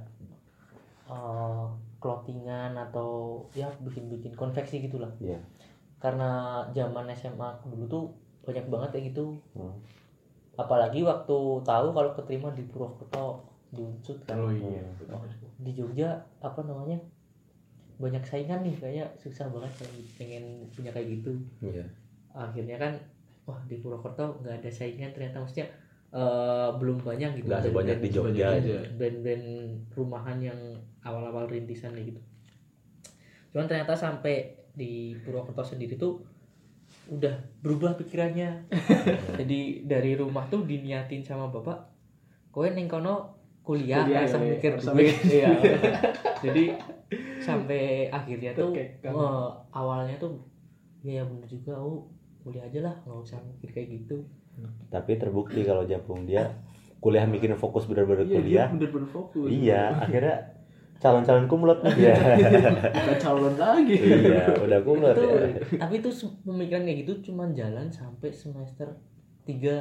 [SPEAKER 3] eh, clothingan atau ya bikin-bikin konveksi gitulah.
[SPEAKER 4] Iya.
[SPEAKER 3] Karena zaman S M A aku dulu tuh banyak banget kayak gitu.
[SPEAKER 4] Hmm.
[SPEAKER 3] Apalagi waktu tahu kalau keterima di Purwokerto, di Unsud kan.
[SPEAKER 2] Oh iya.
[SPEAKER 3] Oh, di Jogja apa namanya, banyak saingan nih, kayaknya susah banget kalau pengen punya kayak gitu.
[SPEAKER 4] Iya.
[SPEAKER 3] Akhirnya kan wah di Purwokerto nggak ada saingan ternyata, maksudnya eh, belum banyak gitu.
[SPEAKER 4] Nggak sebanyak di
[SPEAKER 3] Brand-brand-
[SPEAKER 4] Jogja
[SPEAKER 2] aja.
[SPEAKER 3] brand-brand rumahan yang awal-awal rintisan kayak gitu. Cuman ternyata sampai di Purwokerto sendiri tuh udah berubah pikirannya. Jadi dari rumah tuh diniatin sama bapak, kowe ning kono kuliah,
[SPEAKER 2] Kuliah,
[SPEAKER 3] langsung
[SPEAKER 2] ya,
[SPEAKER 3] mikir
[SPEAKER 2] langsung
[SPEAKER 3] duit.
[SPEAKER 2] mikir.
[SPEAKER 3] Iya. Jadi sampai akhirnya tuh
[SPEAKER 2] Terkekang.
[SPEAKER 3] eh, awalnya tuh ya, ya bener juga, oh kuliah aja lah, nggak usah mikir kayak gitu.
[SPEAKER 4] Tapi terbukti kalau Japung dia kuliah mikirin fokus benar-benar
[SPEAKER 2] Iya, dia
[SPEAKER 4] kuliah.
[SPEAKER 2] bener-bener fokus.
[SPEAKER 4] Iya, akhirnya calon-calon kumlot nih dia.
[SPEAKER 2] Bukan calon lagi.
[SPEAKER 4] Iya, udah kumlot
[SPEAKER 3] Itu,
[SPEAKER 4] ya.
[SPEAKER 3] tapi itu se- pemikiran kayak gitu cuman jalan sampai semester tiga.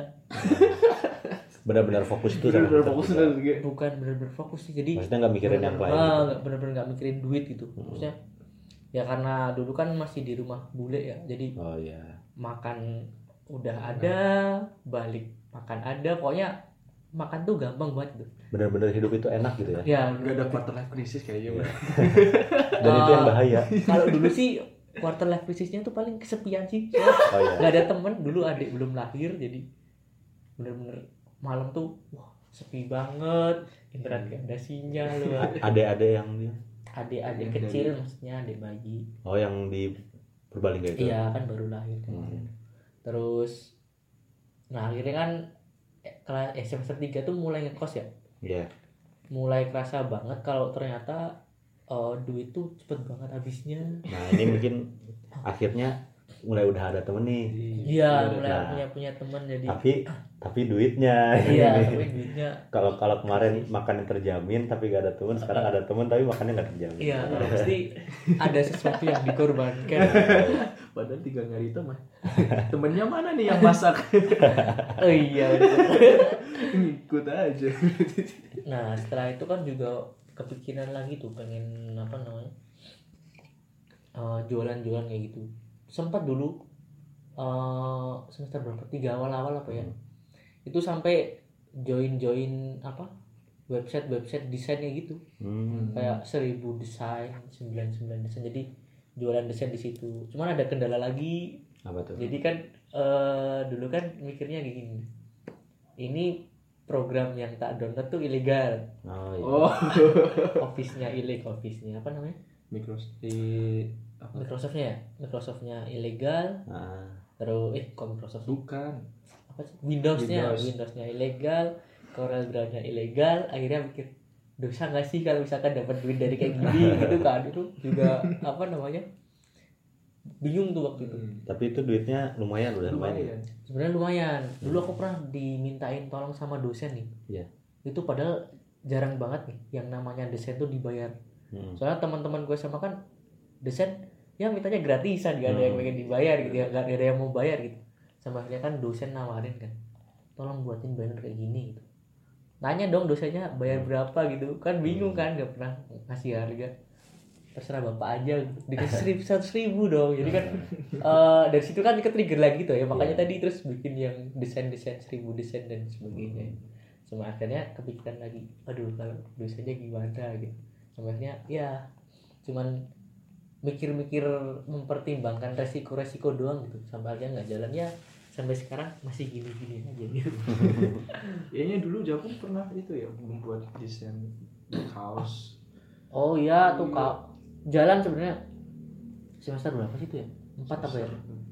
[SPEAKER 2] Iya.
[SPEAKER 4] Benar-benar fokus itu sama
[SPEAKER 2] Bener-bener
[SPEAKER 4] kita
[SPEAKER 2] fokus
[SPEAKER 4] juga.
[SPEAKER 2] bener juga.
[SPEAKER 3] Bukan bener-bener fokus sih, jadi
[SPEAKER 4] Maksudnya nggak mikirin yang lain
[SPEAKER 3] Ah,
[SPEAKER 4] gitu.
[SPEAKER 3] nggak bener-bener nggak mikirin duit gitu. Maksudnya ya karena dulu kan masih di rumah bule ya, jadi
[SPEAKER 4] Oh iya.
[SPEAKER 3] makan udah ada, balik makan ada, pokoknya makan tuh gampang banget gitu.
[SPEAKER 4] Benar-benar hidup itu enak gitu ya.
[SPEAKER 3] Ya
[SPEAKER 2] Gak ada quarter life crisis kayaknya.
[SPEAKER 4] Iya.
[SPEAKER 2] Bang.
[SPEAKER 4] Dan itu yang bahaya.
[SPEAKER 3] kalau dulu sih quarter life crisisnya tuh paling kesepian sih.
[SPEAKER 4] Oh iya.
[SPEAKER 3] Nggak ada temen, dulu adik belum lahir, jadi bener-bener malam tuh wah sepi banget, internet gak ada sinyal loh.
[SPEAKER 4] Ada-ada yang dia.
[SPEAKER 3] Adik-adik
[SPEAKER 2] Yang
[SPEAKER 3] kecil
[SPEAKER 2] dari-
[SPEAKER 3] maksudnya, adik bayi.
[SPEAKER 4] Oh yang di Purbalingga itu.
[SPEAKER 3] Iya kan baru lahir kan.
[SPEAKER 4] Hmm.
[SPEAKER 3] Terus nah akhirnya kan eh, kelas eh, semester tiga tuh mulai ngekos ya.
[SPEAKER 4] Iya.
[SPEAKER 3] Mulai kerasa banget kalau ternyata eh, duit tuh cepet banget habisnya.
[SPEAKER 4] Nah, ini mungkin akhirnya mulai udah ada temen nih.
[SPEAKER 3] Iya, mulai
[SPEAKER 4] Nah.
[SPEAKER 3] punya punya teman jadi.
[SPEAKER 4] Tapi tapi duitnya.
[SPEAKER 3] Iya, tapi duitnya.
[SPEAKER 4] Kalau kalau kemarin makan yang terjamin tapi gak ada temen, sekarang ada temen tapi makannya gak terjamin.
[SPEAKER 3] Iya, pasti ada sesuatu yang dikorbankan.
[SPEAKER 2] Padahal tiga hari itu mah. Temennya mana nih yang masak?
[SPEAKER 3] Oh iya.
[SPEAKER 2] Ngikut aja.
[SPEAKER 3] Nah, setelah itu kan juga kepikiran lagi tuh pengen apa namanya? eh, jualan-jualan kayak gitu. Sempat dulu eh, semester berapa? Tiga awal-awal apa ya? Itu sampai join-join apa? Website-website desainnya gitu.
[SPEAKER 4] Hmm.
[SPEAKER 3] Kayak seribu desain, sembilan puluh sembilan desain. Jadi jualan desain di situ. Cuman ada kendala lagi.
[SPEAKER 4] Apa tuh?
[SPEAKER 3] Jadi kan eh, dulu kan mikirnya kayak gini. Ini program yang tak download tuh ilegal.
[SPEAKER 4] Oh iya.
[SPEAKER 2] Oh.
[SPEAKER 3] Office-nya ilegal, office-nya apa namanya?
[SPEAKER 2] Microsoft di apa?
[SPEAKER 3] Microsoft-nya ya. Microsoft-nya ilegal.
[SPEAKER 4] Nah,
[SPEAKER 3] Terus eh kok Microsoft sih?
[SPEAKER 2] Bukan.
[SPEAKER 3] Apa sih? Windows-nya,
[SPEAKER 2] Windows.
[SPEAKER 3] Windows-nya ilegal, Corel Draw-nya ilegal. Akhirnya mikir dosa nggak sih kalau misalkan dapat duit dari kayak gini gitu kan. Itu juga apa namanya? Bingung tuh waktu itu.
[SPEAKER 2] Hmm.
[SPEAKER 4] tapi itu duitnya lumayan udah lumayan.
[SPEAKER 2] Lumayan.
[SPEAKER 3] Sebenarnya lumayan. Dulu aku pernah dimintain tolong sama dosen nih.
[SPEAKER 4] Iya.
[SPEAKER 3] Itu padahal jarang banget nih yang namanya desain tuh dibayar.
[SPEAKER 4] Hmm.
[SPEAKER 3] Soalnya teman-teman gue sama kan desain ya mintanya gratisan, gak ada yang
[SPEAKER 4] Hmm.
[SPEAKER 3] pengen dibayar gitu ya, gak ada yang mau bayar gitu. Sama akhirnya kan dosen nawarin kan, tolong buatin banner kayak gini gitu. Nanya dong dosennya bayar berapa gitu, kan bingung kan, gak pernah ngasih harga. Terserah bapak aja, dikasih seribu, seratus ribu dong. Jadi kan eh, dari situ kan ke trigger lagi tuh ya, makanya
[SPEAKER 4] Iya.
[SPEAKER 3] tadi terus bikin yang desain-desain seribu desain dan sebagainya. Sama akhirnya kepikiran lagi, aduh kalau dosennya gimana gitu. Sama akhirnya ya cuman mikir-mikir mempertimbangkan resiko-resiko doang gitu, sampai akhirnya nggak jalan ya, sampai sekarang masih gini-gini aja gitu.
[SPEAKER 2] Kayaknya dulu Japun pernah itu ya membuat desain kaos.
[SPEAKER 3] Oh iya tuh kak, jalan sebenarnya semester berapa sih itu ya? Empat apa ya?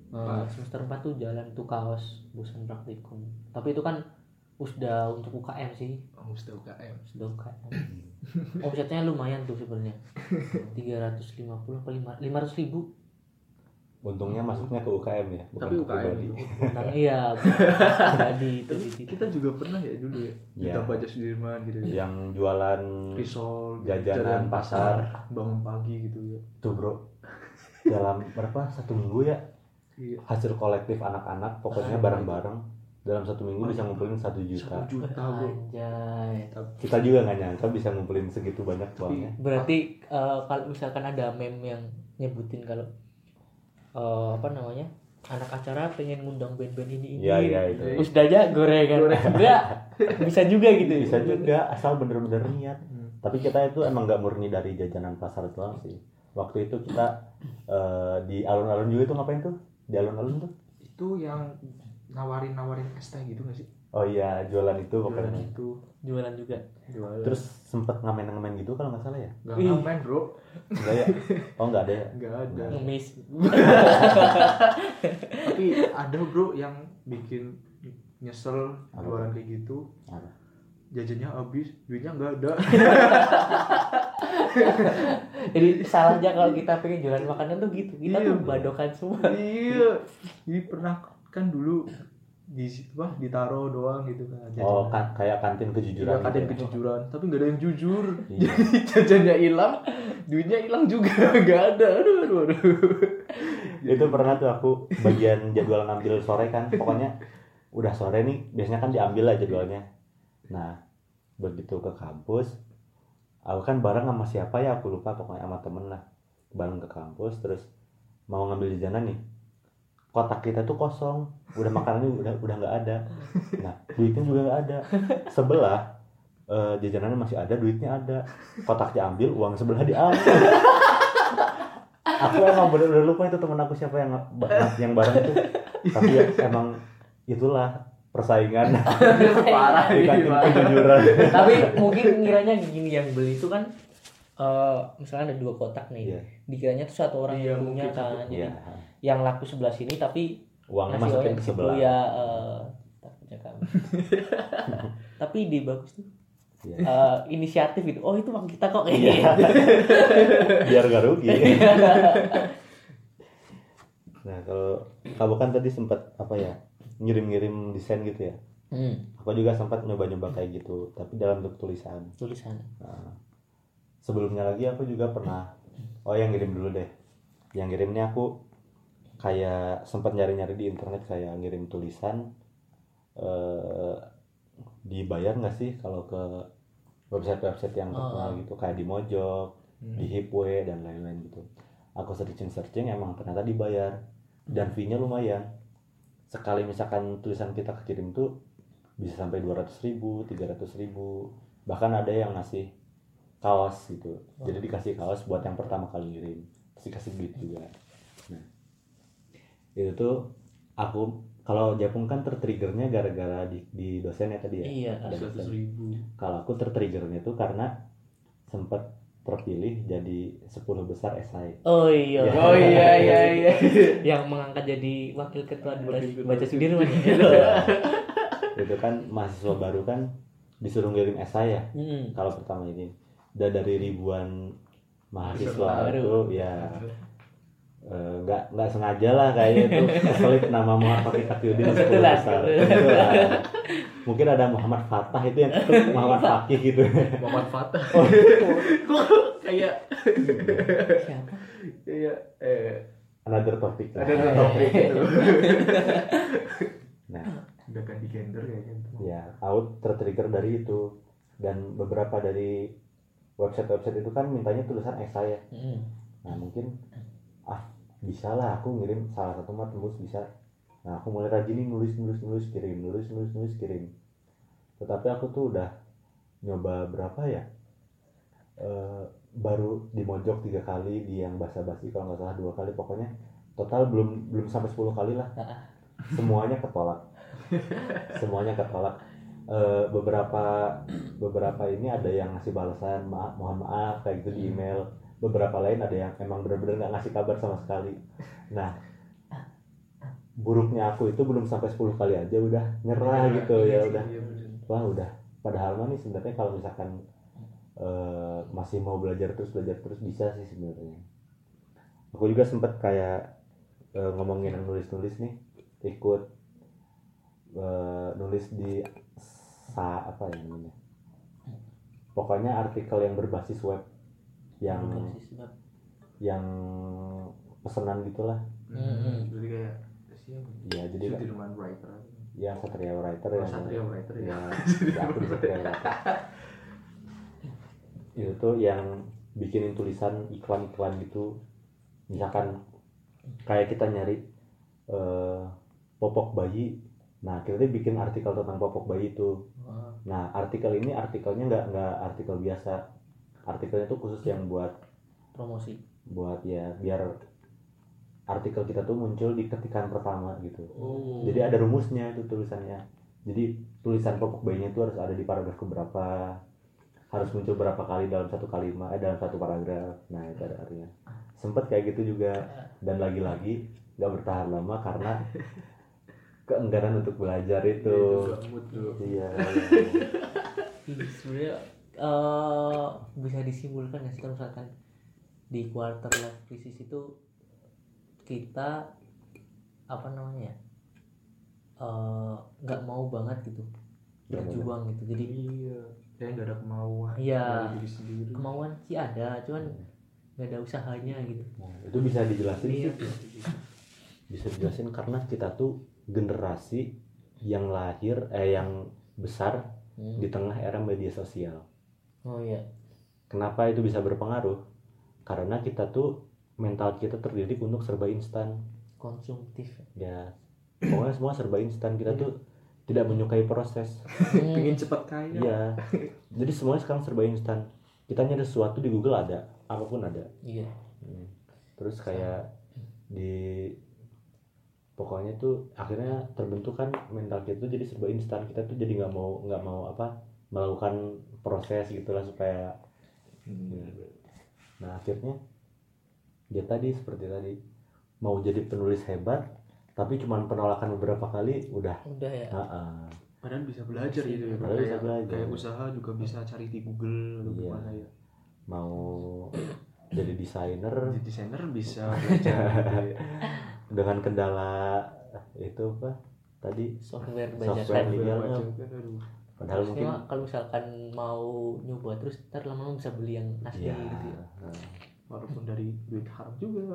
[SPEAKER 3] Uh, semester empat tuh jalan tuh kaos bosan praktikum. Tapi itu kan usda untuk U K M sih.
[SPEAKER 2] Oh, Ustaz U K M.
[SPEAKER 3] Usda U K M. Omsetnya lumayan tuh sebenarnya. tiga ratus lima puluh apa lima ratus ribu.
[SPEAKER 4] Untungnya masuknya ke U K M ya, bukan
[SPEAKER 2] Tapi
[SPEAKER 4] ke
[SPEAKER 2] U K M
[SPEAKER 4] pribadi.
[SPEAKER 2] itu.
[SPEAKER 3] Nah, iya, pribadi itu
[SPEAKER 2] Tapi
[SPEAKER 3] di
[SPEAKER 2] kita juga pernah ya dulu ya.
[SPEAKER 4] Iya.
[SPEAKER 2] Kita baca Sudirman gitu ya.
[SPEAKER 4] Yang jualan
[SPEAKER 2] Risol,
[SPEAKER 4] jajanan pasar.
[SPEAKER 2] bangun pagi gitu ya.
[SPEAKER 4] tuh bro, dalam berapa satu minggu ya,
[SPEAKER 2] Iya.
[SPEAKER 4] hasil kolektif anak-anak pokoknya bareng-bareng dalam satu minggu bisa ngumpulin satu juta.
[SPEAKER 2] Satu juta bro.
[SPEAKER 3] Anjay.
[SPEAKER 4] Kita juga nggak nyangka bisa ngumpulin segitu banyak uangnya.
[SPEAKER 3] Berarti uh, kalau misalkan ada meme yang nyebutin kalau uh, apa namanya? Anak acara pengen ngundang band-band ini ini.
[SPEAKER 4] Iya iya itu.
[SPEAKER 3] Terus aja gorengan. Enggak. Bisa juga gitu.
[SPEAKER 4] Bisa juga asal bener-bener niat.
[SPEAKER 2] Hmm.
[SPEAKER 4] Tapi kita itu emang nggak murni dari jajanan pasar doang sih. Waktu itu kita eh, di alun-alun juga itu ngapain tuh? Di alun-alun tuh?
[SPEAKER 2] Itu yang nawarin-nawarin es teh gitu gak sih?
[SPEAKER 4] Oh iya jualan itu
[SPEAKER 2] Jualan
[SPEAKER 4] pokoknya.
[SPEAKER 2] itu.
[SPEAKER 3] Jualan juga.
[SPEAKER 2] Jualan.
[SPEAKER 4] Terus sempet ngamen-ngamen gitu kalau nggak salah ya?
[SPEAKER 2] Gak
[SPEAKER 3] Ih.
[SPEAKER 2] ngamen bro.
[SPEAKER 4] Enggak ya? Oh nggak ada ya?
[SPEAKER 2] Gak ada.
[SPEAKER 3] Ngemis.
[SPEAKER 2] Tapi ada bro yang bikin nyesel
[SPEAKER 4] Apa?
[SPEAKER 2] jualan kayak gitu.
[SPEAKER 4] Apa?
[SPEAKER 2] Jajannya habis, duitnya nggak ada.
[SPEAKER 3] Jadi salahnya kalau kita pengen jualan makanan tuh gitu. Kita
[SPEAKER 2] Iya,
[SPEAKER 3] tuh
[SPEAKER 2] bro.
[SPEAKER 3] badokan semua.
[SPEAKER 2] Iya. Jadi pernah kan dulu di situ bah ditaruh doang gitu kan.
[SPEAKER 4] Oh kan kayak kantin kejujuran.
[SPEAKER 2] Iya, kantin
[SPEAKER 4] gitu ya?
[SPEAKER 2] kejujuran, tapi nggak ada yang jujur.
[SPEAKER 4] Iya.
[SPEAKER 2] Jadi jajannya hilang, duitnya hilang juga, nggak ada. Aduh, aduh, aduh.
[SPEAKER 4] Itu pernah tuh aku bagian jadwal ngambil sore kan, pokoknya udah sore nih biasanya kan diambil lah jadwalnya. Nah begitu ke kampus, aku kan bareng sama siapa ya aku lupa, pokoknya sama temen lah, bareng ke kampus terus mau ngambil jajanan nih, kotak kita tuh kosong, udah makanannya udah udah nggak ada. Nah duitnya juga nggak ada. Sebelah eh, jajanannya masih ada, duitnya ada, kotaknya ambil, uang sebelah diambil. Aku emang bener-bener lupa itu temen aku siapa yang yang bareng itu, tapi ya emang itulah persaingan
[SPEAKER 2] Parah
[SPEAKER 4] di
[SPEAKER 2] ini,
[SPEAKER 4] kantin
[SPEAKER 2] parah.
[SPEAKER 4] kejujuran.
[SPEAKER 3] Tapi mungkin ngiranya gini, yang beli itu kan eh misalnya ada dua kotak nih.
[SPEAKER 4] Iya.
[SPEAKER 3] Dikiranya tuh satu orang
[SPEAKER 2] Iya,
[SPEAKER 3] yang punya
[SPEAKER 2] mungkin
[SPEAKER 3] kan.
[SPEAKER 2] satu.
[SPEAKER 3] Jadi
[SPEAKER 4] Iya.
[SPEAKER 3] yang laku sebelah sini tapi
[SPEAKER 4] Uangnya
[SPEAKER 3] ngasih
[SPEAKER 4] masukin
[SPEAKER 3] orang
[SPEAKER 4] ke
[SPEAKER 3] situ
[SPEAKER 4] sebelah.
[SPEAKER 3] ya eh takutnya kamu. Tapi ide bagus tuh.
[SPEAKER 4] Iya.
[SPEAKER 3] Eh, inisiatif gitu. Oh itu uang kita kok
[SPEAKER 4] Iya.
[SPEAKER 3] kayaknya.
[SPEAKER 4] Biar gak rugi. Nah kalau kamu kan tadi sempat apa ya, ngirim-ngirim desain gitu ya.
[SPEAKER 3] Hmm,
[SPEAKER 4] Aku juga sempat nyoba-nyoba kayak gitu, tapi dalam bentuk tulisan.
[SPEAKER 3] tulisan.
[SPEAKER 4] Nah, sebelumnya lagi aku juga pernah, oh yang ngirim dulu deh. Yang ngirimnya aku kayak sempat nyari-nyari di internet kayak ngirim tulisan, eh, dibayar nggak sih kalau ke website-website yang terkenal gitu, kayak di Mojok, di Hipway dan lain-lain gitu. Aku searching-searching emang ternyata dibayar dan fee-nya lumayan. Sekali misalkan tulisan kita kirim tuh bisa sampai dua ratus ribu, tiga ratus ribu, bahkan ada yang ngasih kaos gitu. Jadi dikasih kaos buat yang pertama kali ngirim, terus dikasih duit juga. Nah itu tuh aku kalau Japung kan tertriggernya gara-gara di, di dosen ya tadi ya.
[SPEAKER 3] Iya,
[SPEAKER 4] Ada
[SPEAKER 2] Seratus
[SPEAKER 4] dosen.
[SPEAKER 2] ribu.
[SPEAKER 4] Kalau aku tertriggernya tuh karena sempat terpilih jadi sepuluh besar esai.
[SPEAKER 3] Oh iya.
[SPEAKER 4] Ya.
[SPEAKER 2] Oh iya iya iya.
[SPEAKER 3] Yang mengangkat jadi wakil ketua
[SPEAKER 2] Wakil ketua
[SPEAKER 3] baca
[SPEAKER 2] Sudirman.
[SPEAKER 3] Sudirman.
[SPEAKER 4] Itu kan mahasiswa baru kan disuruh ngirim esai ya.
[SPEAKER 3] Hmm.
[SPEAKER 4] Kalau pertama ini dan dari ribuan mahasiswa
[SPEAKER 3] Baru.
[SPEAKER 4] itu ya eh, nggak nggak sengaja lah kayaknya itu keselip nama Muhammad Fakih Taqiyuddin sepuluh
[SPEAKER 3] Kebetulan,
[SPEAKER 4] besar.
[SPEAKER 3] kebetulan.
[SPEAKER 4] Kebetulan. Mungkin ada Muhammad Fatah itu yang ketuk Muhammad Fakih gitu.
[SPEAKER 2] Muhammad Fatah.
[SPEAKER 4] Oh,
[SPEAKER 2] Kok kayak
[SPEAKER 3] Siapa?
[SPEAKER 2] kayak eh
[SPEAKER 4] another topic lah.
[SPEAKER 2] ada topik gitu.
[SPEAKER 4] Nah,
[SPEAKER 2] Udah ganti gender ya kan.
[SPEAKER 4] ya aku tertrigger dari itu dan beberapa dari website-website itu kan mintanya tulisan esai ya.
[SPEAKER 3] Hmm.
[SPEAKER 4] Nah mungkin ah bisa lah aku ngirim salah satu mah tembus bisa. Nah aku mulai rajin nih nulis nulis nulis kirim nulis nulis nulis kirim. Tetapi aku tuh udah nyoba berapa ya, e, baru di Mojok tiga kali, di yang basa-basi kalau nggak salah dua kali, pokoknya total belum belum sampai sepuluh kali lah. Semuanya ketolak. Semuanya ketolak. E, beberapa beberapa ini ada yang ngasih balasan maaf mohon maaf kayak gitu di email. Beberapa lain ada yang emang benar-benar nggak ngasih kabar sama sekali. Nah buruknya aku itu belum sampai sepuluh kali aja udah nyerah gitu ya udah. Wah udah. Padahal mah nih sebenarnya kalau misalkan uh, masih mau belajar terus belajar terus bisa sih sebenarnya. Aku juga sempat kayak uh, ngomongin yang nulis-nulis nih, ikut uh, nulis di sa apa ya namanya. Pokoknya artikel yang berbasis web yang
[SPEAKER 3] Berbasis web.
[SPEAKER 4] yang pesanan gitulah.
[SPEAKER 3] Hmm.
[SPEAKER 2] Jadi kayak siapa?
[SPEAKER 4] Iya, jadi
[SPEAKER 2] Sudirman writer.
[SPEAKER 4] ya Satria Writer
[SPEAKER 2] Oh,
[SPEAKER 4] yang
[SPEAKER 2] Satria Writer ya.
[SPEAKER 4] ya, ya aku di Satria Writer. Itu tuh yang bikinin tulisan iklan-iklan gitu. Misalkan kayak kita nyari uh, popok bayi, nah kita tuh bikin artikel tentang popok bayi itu.
[SPEAKER 3] Wah.
[SPEAKER 4] Nah artikel ini artikelnya nggak nggak artikel biasa, artikelnya tuh khusus yang buat
[SPEAKER 3] Promosi.
[SPEAKER 4] buat ya biar artikel kita tuh muncul di ketikan pertama gitu.
[SPEAKER 3] Oh.
[SPEAKER 4] Jadi ada rumusnya itu tulisannya. Jadi tulisan popok bayinya itu harus ada di paragraf keberapa, harus muncul berapa kali dalam satu kalimat, eh, dalam satu paragraf. Nah itu ada artinya. Sempet kayak gitu juga, dan lagi-lagi nggak bertahan lama karena keengganan untuk belajar itu. Iya.
[SPEAKER 3] Ini sebenarnya eh, bisa disimpulkan nggak sih kalau misalkan di quarter life crisis itu kita apa namanya eh, nggak mau banget gitu
[SPEAKER 4] Nggak mau
[SPEAKER 3] berjuang gitu, jadi
[SPEAKER 2] Iya. Kayak nggak ada kemauan.
[SPEAKER 3] Iya.
[SPEAKER 2] dari diri sendiri.
[SPEAKER 3] kemauan sih ada, cuman nggak ada usahanya gitu.
[SPEAKER 4] Nah, itu bisa dijelasin
[SPEAKER 3] Iya.
[SPEAKER 4] sih. Bisa dijelasin karena kita tuh generasi yang lahir eh yang besar
[SPEAKER 3] Hmm.
[SPEAKER 4] di tengah era media sosial.
[SPEAKER 3] Oh iya.
[SPEAKER 4] Kenapa itu bisa berpengaruh? Karena kita tuh mental kita terdidik untuk serba instan.
[SPEAKER 3] Konsumtif.
[SPEAKER 4] Ya, pokoknya semua serba instan. Kita tuh tidak menyukai proses.
[SPEAKER 3] Hmm.
[SPEAKER 2] Pengen cepat kaya.
[SPEAKER 4] Iya. Jadi semuanya sekarang serba instan. Kita nyari sesuatu di Google ada, apapun ada.
[SPEAKER 3] Iya.
[SPEAKER 4] Hmm. Terus kayak di pokoknya tuh akhirnya terbentuk kan mental kita tuh jadi serba instan. Kita tuh jadi nggak mau nggak mau apa melakukan proses gitulah supaya ya. Nah akhirnya dia tadi seperti tadi mau jadi penulis hebat tapi cuman penolakan beberapa kali udah
[SPEAKER 3] Udah ya.
[SPEAKER 4] uh-uh.
[SPEAKER 2] Padahal bisa belajar gitu ya.
[SPEAKER 4] Padahal bisa
[SPEAKER 2] Kayak,
[SPEAKER 4] belajar.
[SPEAKER 2] kayak usaha juga bisa cari di Google atau
[SPEAKER 4] Iya.
[SPEAKER 2] gimana ya.
[SPEAKER 4] Mau jadi desainer
[SPEAKER 2] Jadi desainer bisa belajar gitu ya.
[SPEAKER 4] dengan kendala itu apa tadi
[SPEAKER 3] Software
[SPEAKER 4] Software
[SPEAKER 3] bajakan.
[SPEAKER 4] legal.
[SPEAKER 2] Baca kan, aduh.
[SPEAKER 4] padahal
[SPEAKER 3] Terus
[SPEAKER 4] mungkin
[SPEAKER 3] nih, kalau misalkan mau nyoba terus ntar lama-lama bisa beli yang asli
[SPEAKER 4] ya
[SPEAKER 3] gitu ya.
[SPEAKER 4] nah.
[SPEAKER 2] Walaupun dari duit haram juga.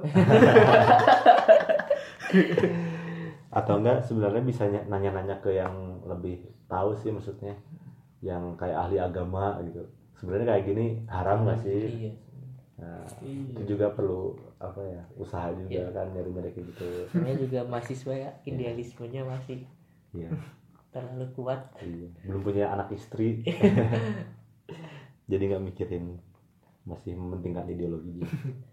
[SPEAKER 4] Atau enggak sebenarnya bisa ny- nanya-nanya ke yang lebih tahu sih, maksudnya yang kayak ahli agama gitu, sebenarnya kayak gini haram nggak sih?
[SPEAKER 3] Iya.
[SPEAKER 4] Nah,
[SPEAKER 2] Iya.
[SPEAKER 4] itu juga perlu apa ya usaha juga
[SPEAKER 3] Iya.
[SPEAKER 4] kan nyari-nyari kayak gitu.
[SPEAKER 3] Sebenarnya juga mahasiswa ya, idealismenya masih
[SPEAKER 4] Iya,
[SPEAKER 3] terlalu kuat.
[SPEAKER 4] iya. Belum punya anak istri, jadi nggak mikirin, masih mementingkan ideologi.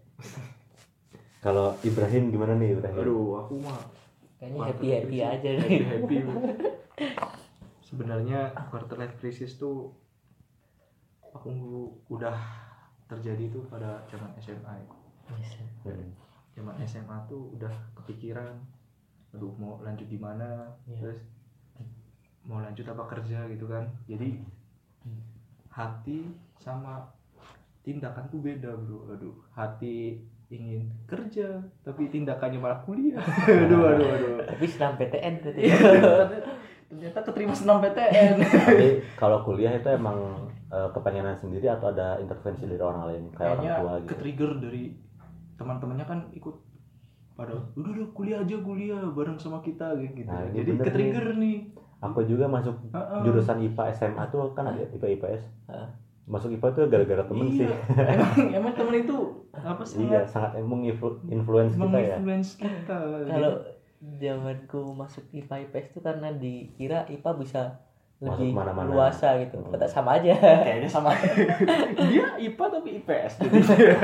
[SPEAKER 4] Kalau Ibrahim gimana nih Ibrahim?
[SPEAKER 2] Aduh, aku mah
[SPEAKER 3] Kayaknya
[SPEAKER 2] quarter
[SPEAKER 3] happy happy
[SPEAKER 2] crisis.
[SPEAKER 3] aja
[SPEAKER 2] happy
[SPEAKER 3] nih.
[SPEAKER 2] happy. Sebenarnya quarter life crisis tuh aku udah terjadi tuh pada zaman S M A ya.
[SPEAKER 4] Hmm.
[SPEAKER 2] Zaman S M A tuh udah kepikiran, aduh mau lanjut di mana,
[SPEAKER 3] Iya.
[SPEAKER 2] terus mau lanjut apa kerja gitu kan. Jadi hati sama tindakan tuh beda bro. Aduh, hati ingin kerja tapi tindakannya malah kuliah. aduh aduh aduh.
[SPEAKER 3] Tapi senam P T N berarti.
[SPEAKER 2] Ternyata keterima senam P T N.
[SPEAKER 4] Tapi kalau kuliah itu emang eh, kepengenan sendiri atau ada intervensi dari orang lain kayak
[SPEAKER 2] Kayaknya
[SPEAKER 4] orang tua gitu?
[SPEAKER 2] ke-trigger dari teman-temannya kan ikut pada udah udah kuliah aja kuliah bareng sama kita gitu.
[SPEAKER 4] Nah, ini
[SPEAKER 2] Jadi
[SPEAKER 4] bener
[SPEAKER 2] ke-trigger nih.
[SPEAKER 4] Aku juga masuk
[SPEAKER 2] Heeh.
[SPEAKER 4] jurusan I P A S M A tuh kan ada I P A I P S.
[SPEAKER 3] Heeh.
[SPEAKER 4] Masuk I P A tuh gara-gara temen
[SPEAKER 2] Iya.
[SPEAKER 4] sih.
[SPEAKER 2] emang emang temen itu apa sih?
[SPEAKER 4] Iya, sangat emang influence kita ya.
[SPEAKER 2] Menginfluence kita.
[SPEAKER 3] Kalau zamanku masuk I P A I P S itu karena dikira I P A bisa
[SPEAKER 4] Masuk
[SPEAKER 3] lebih
[SPEAKER 4] mana-mana.
[SPEAKER 3] luasa gitu.
[SPEAKER 4] Hmm.
[SPEAKER 3] Ternyata sama aja.
[SPEAKER 2] Kayaknya sama. Dia I P A tapi I P S. Jadi.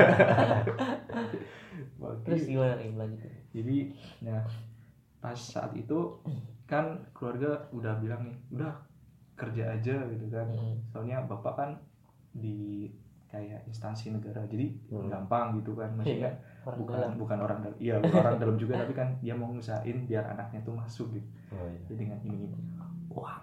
[SPEAKER 3] Terus gimana nih lanjut?
[SPEAKER 2] Jadi, nah pas saat itu kan keluarga udah bilang nih, udah kerja aja gitu kan.
[SPEAKER 3] Hmm.
[SPEAKER 2] Soalnya bapak kan di kayak instansi negara, jadi
[SPEAKER 4] Hmm.
[SPEAKER 2] gampang gitu kan, maksudnya
[SPEAKER 3] Orang
[SPEAKER 2] bukan
[SPEAKER 3] dalam.
[SPEAKER 2] bukan orang dalam, iya bukan orang dalam juga, tapi kan dia mau ngusahain biar anaknya tuh masuk gitu,
[SPEAKER 4] Oh iya.
[SPEAKER 2] jadi dengan ini wah.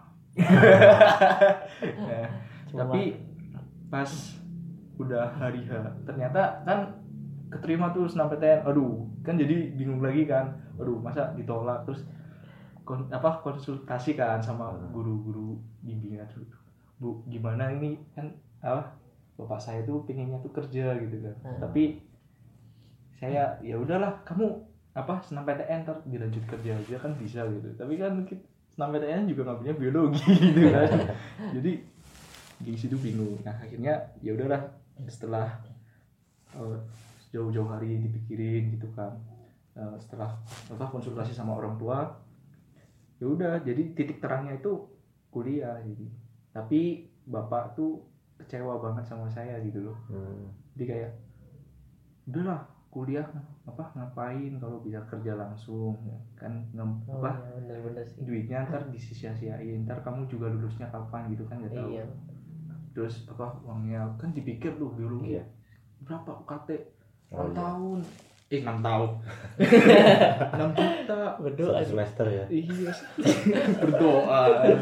[SPEAKER 2] Nah,
[SPEAKER 3] Cuma
[SPEAKER 2] tapi pas udah hari H ternyata kan keterima tuh senam P T N, aduh kan jadi bingung lagi kan, aduh masa ditolak, terus kon, apa konsultasi kan sama guru-guru bimbingan tuh, bu gimana ini kan apa bapak saya tuh pengennya tuh kerja gitu kan,
[SPEAKER 3] Hmm.
[SPEAKER 2] tapi saya ya udahlah kamu apa senam P T N ntar dilanjut kerja aja kan bisa gitu, tapi kan kita, senam P T N juga ngambilnya biologi gitu kan, jadi di situ bingung. Nah akhirnya ya udahlah setelah uh, jauh-jauh hari dipikirin gitu kan, uh, setelah apa konsultasi sama orang tua, ya udah jadi titik terangnya itu kuliah jadi, tapi bapak tuh kecewa banget sama saya gitu loh,
[SPEAKER 4] Hmm.
[SPEAKER 2] jadi kayak udahlah kuliah apa ngapain kalau bisa kerja langsung ya kan, ngem,
[SPEAKER 3] oh,
[SPEAKER 2] apa
[SPEAKER 3] iya, bener-bener sih.
[SPEAKER 2] duitnya ntar disisia-siain, ntar kamu juga lulusnya kapan gitu kan nggak tahu.
[SPEAKER 3] Iya.
[SPEAKER 2] Terus apa uangnya kan dipikir tuh biologi
[SPEAKER 4] Iya.
[SPEAKER 2] berapa U K T
[SPEAKER 4] Oh,
[SPEAKER 2] enam
[SPEAKER 4] iya.
[SPEAKER 2] tahun eh enam tahun enam juta
[SPEAKER 3] Berdoa
[SPEAKER 4] Satu
[SPEAKER 3] sih.
[SPEAKER 4] semester ya.
[SPEAKER 2] iya berdoa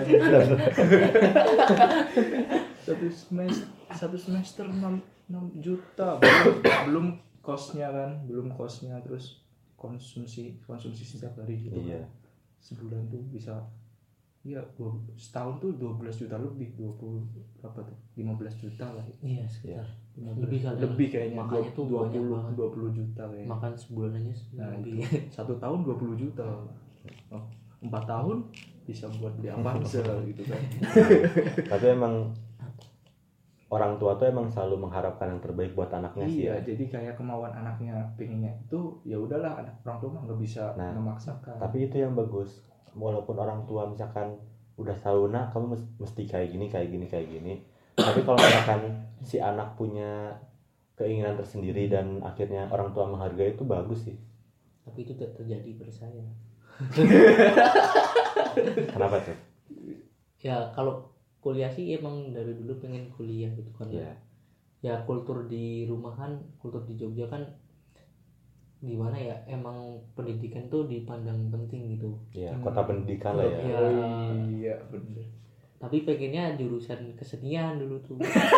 [SPEAKER 2] satu semester satu semester enam enam juta belum belum kosnya kan, belum kosnya, terus konsumsi konsumsi setiap hari gitu kan.
[SPEAKER 4] Iya.
[SPEAKER 2] Sebulan tuh bisa ya dua, setahun tuh dua belas juta lebih, dua puluh berapa tuh lima belas juta lah ya.
[SPEAKER 3] Iya sekitar.
[SPEAKER 2] lima belas.
[SPEAKER 3] Lebih kali.
[SPEAKER 2] Lebih kayaknya.
[SPEAKER 3] Makanya tuh
[SPEAKER 2] dua
[SPEAKER 3] banyak
[SPEAKER 2] puluh
[SPEAKER 3] banget.
[SPEAKER 2] dua puluh juta kayaknya.
[SPEAKER 3] Makan sebulan aja
[SPEAKER 2] Nah,
[SPEAKER 3] lebih.
[SPEAKER 2] itu. Satu tahun dua puluh juta. Oh, empat tahun bisa buat beli Avanza gitu kan.
[SPEAKER 4] Tapi emang orang tua tuh emang selalu mengharapkan yang terbaik buat anaknya sih
[SPEAKER 2] Iya,
[SPEAKER 4] ya.
[SPEAKER 2] jadi kayak kemauan anaknya pengennya itu ya udahlah, anak orang tua mah nggak bisa
[SPEAKER 4] Nah,
[SPEAKER 2] memaksakan.
[SPEAKER 4] Tapi itu yang bagus. Walaupun orang tua misalkan udah tahu nak kamu mes- mesti kayak gini kayak gini kayak gini. Tapi kalau misalkan si anak punya keinginan tersendiri dan akhirnya orang tua menghargai, itu bagus sih.
[SPEAKER 3] Tapi itu tidak terjadi pada saya.
[SPEAKER 4] Kenapa tuh?
[SPEAKER 3] Ya kalau kuliah sih emang dari dulu pengen kuliah gitu kan.
[SPEAKER 4] Iya.
[SPEAKER 3] Ya kultur di rumah kan, kultur di Jogja kan gimana ya, emang pendidikan tuh dipandang penting gitu.
[SPEAKER 4] Iya,
[SPEAKER 2] Hmm.
[SPEAKER 4] kota pendidikan lah ya.
[SPEAKER 3] Iya.
[SPEAKER 2] Oh iya bener.
[SPEAKER 3] Tapi pengennya jurusan kesenian dulu tuh.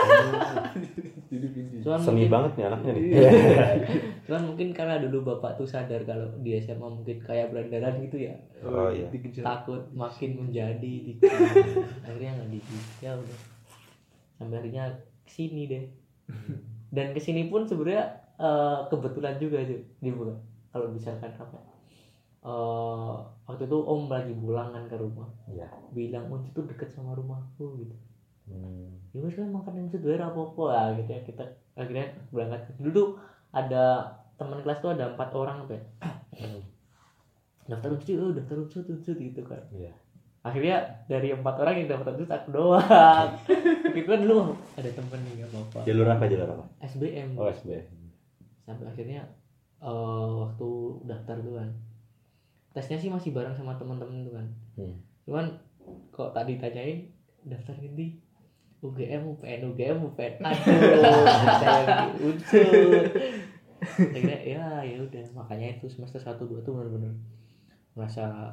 [SPEAKER 2] Jadi gini.
[SPEAKER 3] Cuman
[SPEAKER 4] Seni
[SPEAKER 3] mungkin,
[SPEAKER 4] banget nih anaknya nih.
[SPEAKER 3] cuman mungkin karena dulu bapak tuh sadar kalau di S M A mungkin kayak berandalan gitu ya.
[SPEAKER 4] Oh iya.
[SPEAKER 2] Dikejar.
[SPEAKER 3] Takut makin menjadi di akhirnya nggak di ya udah sampai akhirnya kesini deh. Dan kesini pun sebenarnya eh, kebetulan juga sih dibuka. Kalau misalkan apa eh, waktu itu om lagi pulang kan ke rumah,
[SPEAKER 4] Iya.
[SPEAKER 3] bilang oh itu deket sama rumahku gitu.
[SPEAKER 4] Hmm.
[SPEAKER 3] Ya wes lah makan yang seduer apa-apa lah gitu ya, kita akhirnya berangkat. Dulu tuh ada teman kelas tuh ada empat orang apa ya, daftar unsur, oh daftar unsur unsur gitu kan.
[SPEAKER 4] Iya.
[SPEAKER 3] Akhirnya dari empat orang yang daftar unsur aku doang. Itu kan dulu ada temen nih nggak apa-apa.
[SPEAKER 4] Jalur apa jalur apa?
[SPEAKER 3] S B M.
[SPEAKER 4] Oh S B.
[SPEAKER 3] Sampai akhirnya eh, waktu daftar tuh kan, tesnya sih masih bareng sama teman-teman tuh kan.
[SPEAKER 4] Hmm.
[SPEAKER 3] Cuman kok tak ditanyain daftar ganti U G M, U P N, U G M, U P N. Aduh, saya di unsur. Akhirnya ya ya udah, makanya itu semester satu dua tuh benar-benar merasa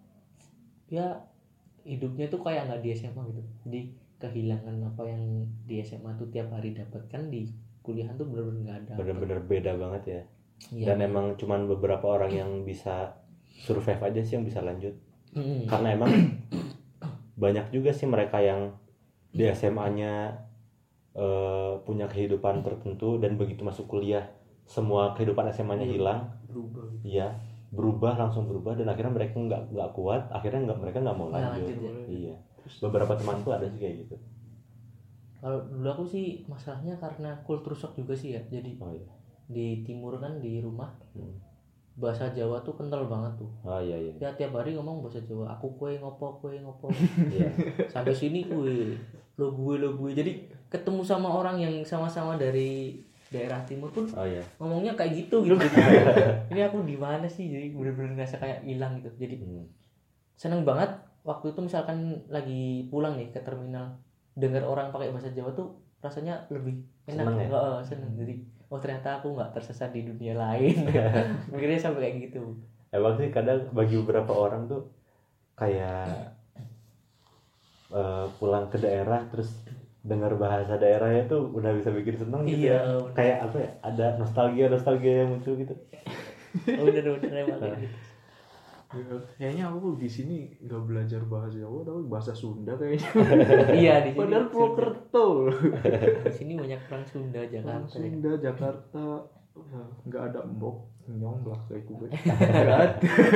[SPEAKER 3] ya hidupnya tuh kayak nggak di S M A gitu. Jadi kehilangan apa yang di S M A tuh tiap hari dapatkan di kuliahan tuh benar-benar nggak ada.
[SPEAKER 4] Bener-bener beda banget ya.
[SPEAKER 3] Iya.
[SPEAKER 4] Dan emang cuman beberapa orang yang bisa survive aja sih yang bisa lanjut.
[SPEAKER 3] Mm-mm.
[SPEAKER 4] Karena emang banyak juga sih mereka yang di S M A-nya eh, punya kehidupan tertentu dan begitu masuk kuliah semua kehidupan S M A-nya hilang.
[SPEAKER 2] Berubah gitu.
[SPEAKER 4] Iya, berubah langsung berubah dan akhirnya mereka nggak nggak kuat, akhirnya nggak mereka nggak mau
[SPEAKER 3] Nggak
[SPEAKER 4] lanjut.
[SPEAKER 3] lanjut ya.
[SPEAKER 4] Iya. Beberapa temanku ada sih kayak gitu.
[SPEAKER 3] Kalau dulu aku sih masalahnya karena kultur shock juga sih ya. Jadi
[SPEAKER 4] Oh iya.
[SPEAKER 3] di timur kan di rumah
[SPEAKER 4] Hmm.
[SPEAKER 3] bahasa Jawa tuh kental banget tuh.
[SPEAKER 4] Oh iya iya.
[SPEAKER 3] Ya tiap hari ngomong bahasa Jawa. Aku kue ngopo kue ngopo.
[SPEAKER 4] Iya.
[SPEAKER 3] Sampai sini kue lo gue lo gue. Jadi ketemu sama orang yang sama-sama dari daerah timur pun
[SPEAKER 4] Oh iya.
[SPEAKER 3] ngomongnya kayak gitu gitu. Ini aku di mana sih? Jadi bener-bener ngerasa kayak hilang gitu. Jadi
[SPEAKER 4] Hmm.
[SPEAKER 3] seneng banget waktu itu misalkan lagi pulang nih ke terminal, dengar orang pakai bahasa Jawa tuh rasanya lebih enak.
[SPEAKER 4] Seneng ya?
[SPEAKER 3] Nggak, eh, seneng. Jadi oh ternyata aku nggak tersesat di dunia lain. Mikirnya sampai kayak gitu.
[SPEAKER 4] Emang sih kadang bagi beberapa orang tuh kayak uh, pulang ke daerah terus dengar bahasa daerahnya tuh udah bisa bikin seneng gitu
[SPEAKER 3] Iya,
[SPEAKER 4] ya.
[SPEAKER 3] bener.
[SPEAKER 4] Kayak apa ya? Ada nostalgia nostalgia yang muncul gitu.
[SPEAKER 3] Oh, bener-bener emang kayak gitu.
[SPEAKER 2] Ya, kayaknya aku di sini nggak belajar bahasa Jawa tapi bahasa Sunda kayaknya.
[SPEAKER 3] Iya di sini.
[SPEAKER 2] Padahal Purwokerto.
[SPEAKER 3] Di sini banyak orang Sunda
[SPEAKER 2] Orang
[SPEAKER 3] Jakarta. ya.
[SPEAKER 2] Sunda Jakarta ya, nggak ada mbok nyong lah kayak gue. Nggak ada.